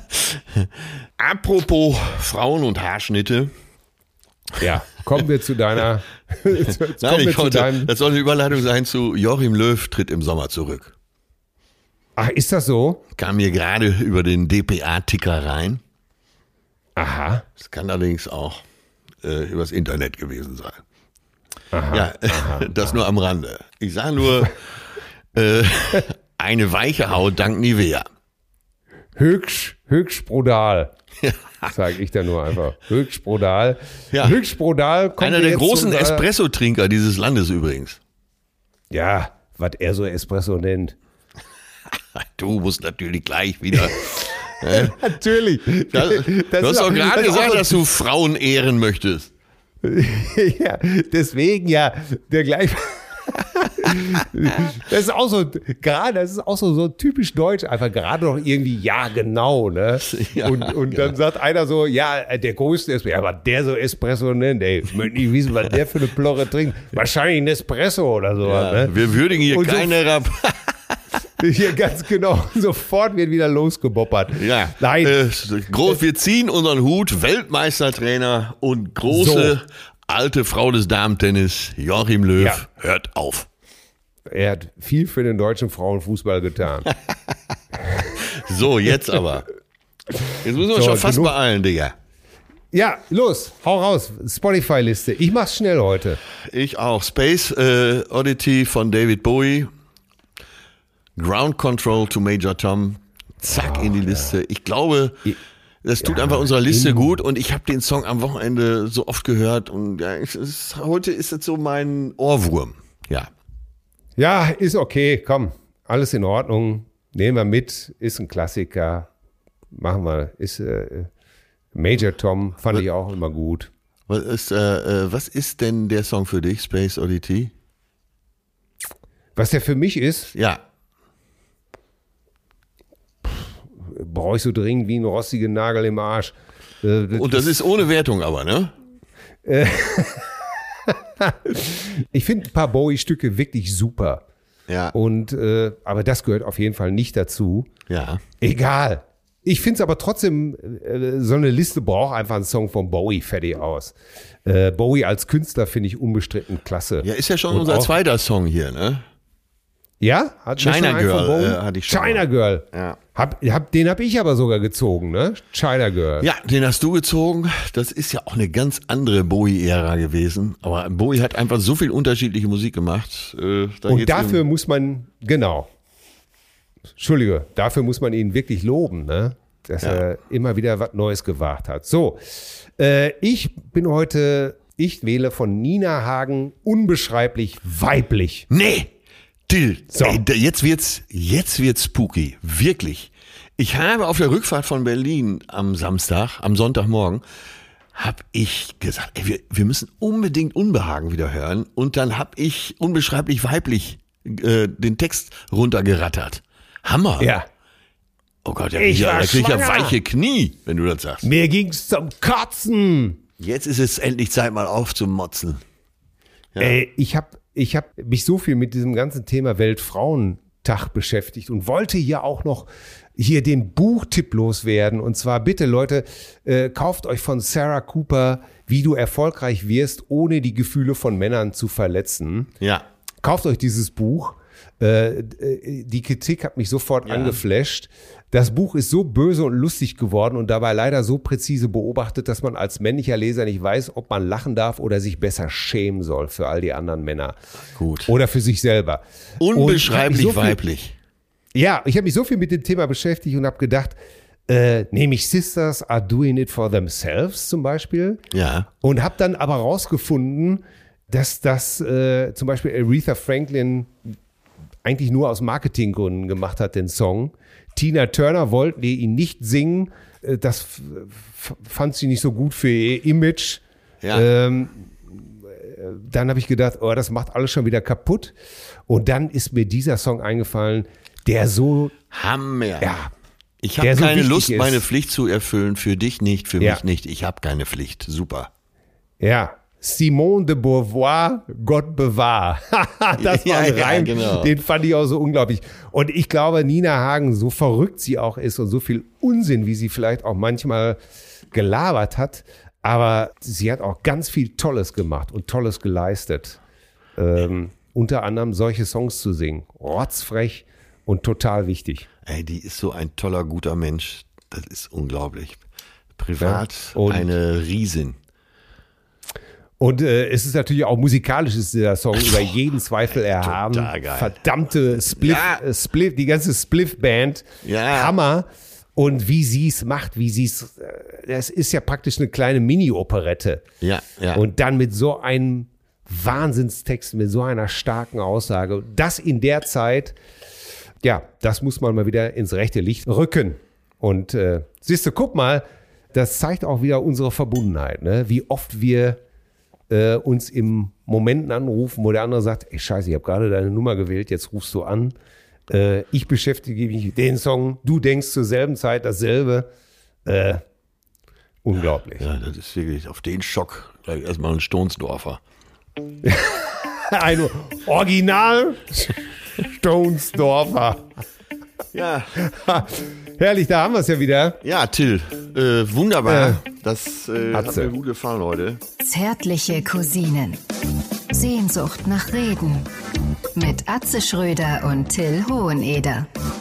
Apropos Frauen und Haarschnitte. Ja, kommen wir zu deiner. Nein, ich wollte, das soll eine Überleitung sein zu Joachim Löw tritt im Sommer zurück. Ach, ist das so? Kam mir gerade über den D P A-Ticker rein. Aha. Das kann allerdings auch äh, übers Internet gewesen sein. Aha, ja, aha, das aha. nur am Rande. Ich sage nur, äh, eine weiche Haut dank Nivea. Höchst, höchst brodal. Ja. Sage ich da nur einfach. Höchst brodal. Ja. Höchst brodal kommt Einer der jetzt großen unser, Espresso-Trinker dieses Landes übrigens. Ja, was er so Espresso nennt. Du musst natürlich gleich wieder. äh, Natürlich. Das, Das du hast ist doch auch- gerade das ist auch gesagt, so- dass du Frauen ehren möchtest. Ja, deswegen ja, der gleich. Das ist auch so, gerade, das ist auch so, so typisch deutsch, einfach gerade noch irgendwie, ja, genau, ne? Ja, und und dann sagt einer so, ja, der größte Espresso, ja, was der so Espresso nennt, ey, ich möchte nicht wissen, was der für eine Plorre trinkt. Wahrscheinlich ein Espresso oder so, Ja, ne? wir würdigen hier Und so- keinen herab. Hier ganz genau, sofort wird wieder losgeboppert. Ja, Nein. Äh, groß, wir ziehen unseren Hut, Weltmeistertrainer und große So. alte Frau des Damentennis, Joachim Löw, Ja. hört auf. Er hat viel für den deutschen Frauenfußball getan. So, jetzt aber. Jetzt müssen wir So, schon fast genug- beeilen, Digga. Ja, los, hau raus, Spotify-Liste. Ich mach's schnell heute. Ich auch. Space äh, Oddity von David Bowie. Ground Control to Major Tom. Zack, in die Liste. Ich glaube, das tut Ja, einfach unserer Liste in- gut und ich habe den Song am Wochenende so oft gehört und ja, es ist, heute ist das so mein Ohrwurm. Ja. Ja, ist okay, komm, alles in Ordnung. Nehmen wir mit, ist ein Klassiker. Machen wir, ist äh, Major Tom, fand ich auch immer gut. Was ist, äh, äh, was ist denn der Song für dich, Space Oddity? Was der für mich ist, Ja. brauche ich so dringend wie einen rostigen Nagel im Arsch. Äh, Und das ist ohne Wertung aber, ne? Ich finde ein paar Bowie-Stücke wirklich super. Ja. Und äh, aber das gehört auf jeden Fall nicht dazu. Ja. Egal. Ich finde es aber trotzdem, äh, so eine Liste braucht einfach einen Song von Bowie fertig aus. Äh, Bowie als Künstler finde ich unbestritten klasse. Ja, ist ja schon Und unser auch- zweiter Song hier, ne? Ja? Hat China schon einen Girl, von Bowie? äh, hatte ich schon China mal. Girl. Ja. Hab, hab, den habe ich aber sogar gezogen, ne? China Girl. Ja, den hast du gezogen. Das ist ja auch eine ganz andere Bowie-Ära gewesen. Aber Bowie hat einfach so viel unterschiedliche Musik gemacht. Äh, da Und geht's dafür um- muss man, genau. Entschuldige, dafür muss man ihn wirklich loben, ne? Dass Ja. er immer wieder was Neues gewagt hat. So, äh, ich bin heute, ich wähle von Nina Hagen unbeschreiblich weiblich. Nee! Till, So. ey, da- jetzt wird's, jetzt wird's spooky. Wirklich. Ich habe auf der Rückfahrt von Berlin am Samstag, am Sonntagmorgen, habe ich gesagt, ey, wir, wir müssen unbedingt Unbehagen wieder hören. Und dann habe ich unbeschreiblich weiblich äh, den Text runtergerattert. Hammer. Ja. Oh Gott, da Ich krieg ich, ja- war da krieg ich ja schwanger. weiche Knie, wenn du das sagst. Mir ging's zum Kotzen. Jetzt ist es endlich Zeit, mal aufzumotzen. Ja. Ey, ich habe ich hab mich so viel mit diesem ganzen Thema Weltfrauentag beschäftigt und wollte ja auch noch hier den Buchtipp loswerden. Und zwar bitte, Leute, äh, kauft euch von Sarah Cooper Wie du erfolgreich wirst, ohne die Gefühle von Männern zu verletzen. Ja. Kauft euch dieses Buch. Äh, die Kritik hat mich sofort ja. angeflasht. Das Buch ist so böse und lustig geworden und dabei leider so präzise beobachtet, dass man als männlicher Leser nicht weiß, ob man lachen darf oder sich besser schämen soll für all die anderen Männer. Gut. Oder für sich selber. Unbeschreiblich so viel, weiblich. Ja, ich habe mich so viel mit dem Thema beschäftigt und habe gedacht, äh, nämlich Sisters are doing it for themselves zum Beispiel. Ja. Und habe dann aber rausgefunden, dass das äh, zum Beispiel Aretha Franklin eigentlich nur aus Marketinggründen gemacht hat, den Song. Tina Turner wollte ihn nicht singen. Das f- fand sie nicht so gut für ihr Image. Ja. Ähm, dann habe ich gedacht, oh, das macht alles schon wieder kaputt. Und dann ist mir dieser Song eingefallen, der so... Hammer. Ja, ich habe so keine Lust, ist. meine Pflicht zu erfüllen. Für dich nicht, für ja. mich nicht. Ich habe keine Pflicht. Super. Ja. Simone de Beauvoir, Gott bewahr. Das war ein ja, Reim, ja, genau. Den fand ich auch so unglaublich. Und ich glaube, Nina Hagen, so verrückt sie auch ist und so viel Unsinn, wie sie vielleicht auch manchmal gelabert hat, aber sie hat auch ganz viel Tolles gemacht und Tolles geleistet. Ähm, unter anderem solche Songs zu singen. Rotzfrech und total wichtig. Ey, die ist so ein toller, guter Mensch. Das ist unglaublich. Privat ja, eine Riesin. Und äh, es ist natürlich auch musikalisch ist dieser Song über jeden Zweifel erhaben. Total geil. Verdammte Spliff, Ja. äh, Spliff, die ganze Spliff-Band. Ja. Hammer. Und wie sie es macht, wie sie es, äh, das ist ja praktisch eine kleine Mini-Operette. Ja, ja. Und dann mit so einem Wahnsinnstext, mit so einer starken Aussage. Das in der Zeit, ja, das muss man mal wieder ins rechte Licht rücken. Und äh, siehst du, guck mal, das zeigt auch wieder unsere Verbundenheit, ne? Wie oft wir äh, uns im Momenten anrufen, wo der andere sagt, ey scheiße, ich habe gerade deine Nummer gewählt, jetzt rufst du an. Äh, ich beschäftige mich mit dem Song, du denkst zur selben Zeit dasselbe. Äh, unglaublich. Ja, das ist wirklich auf den Schock gleich erstmal ein Stonsdorfer. Ein Original Stonsdorfer. Ja. Herrlich, da haben wir es ja wieder. Ja, Till, äh, wunderbar. Äh, das äh, hat Atze. mir gut gefallen heute. Zärtliche Cousinen. Sehnsucht nach Reden. Mit Atze Schröder und Till Hoheneder.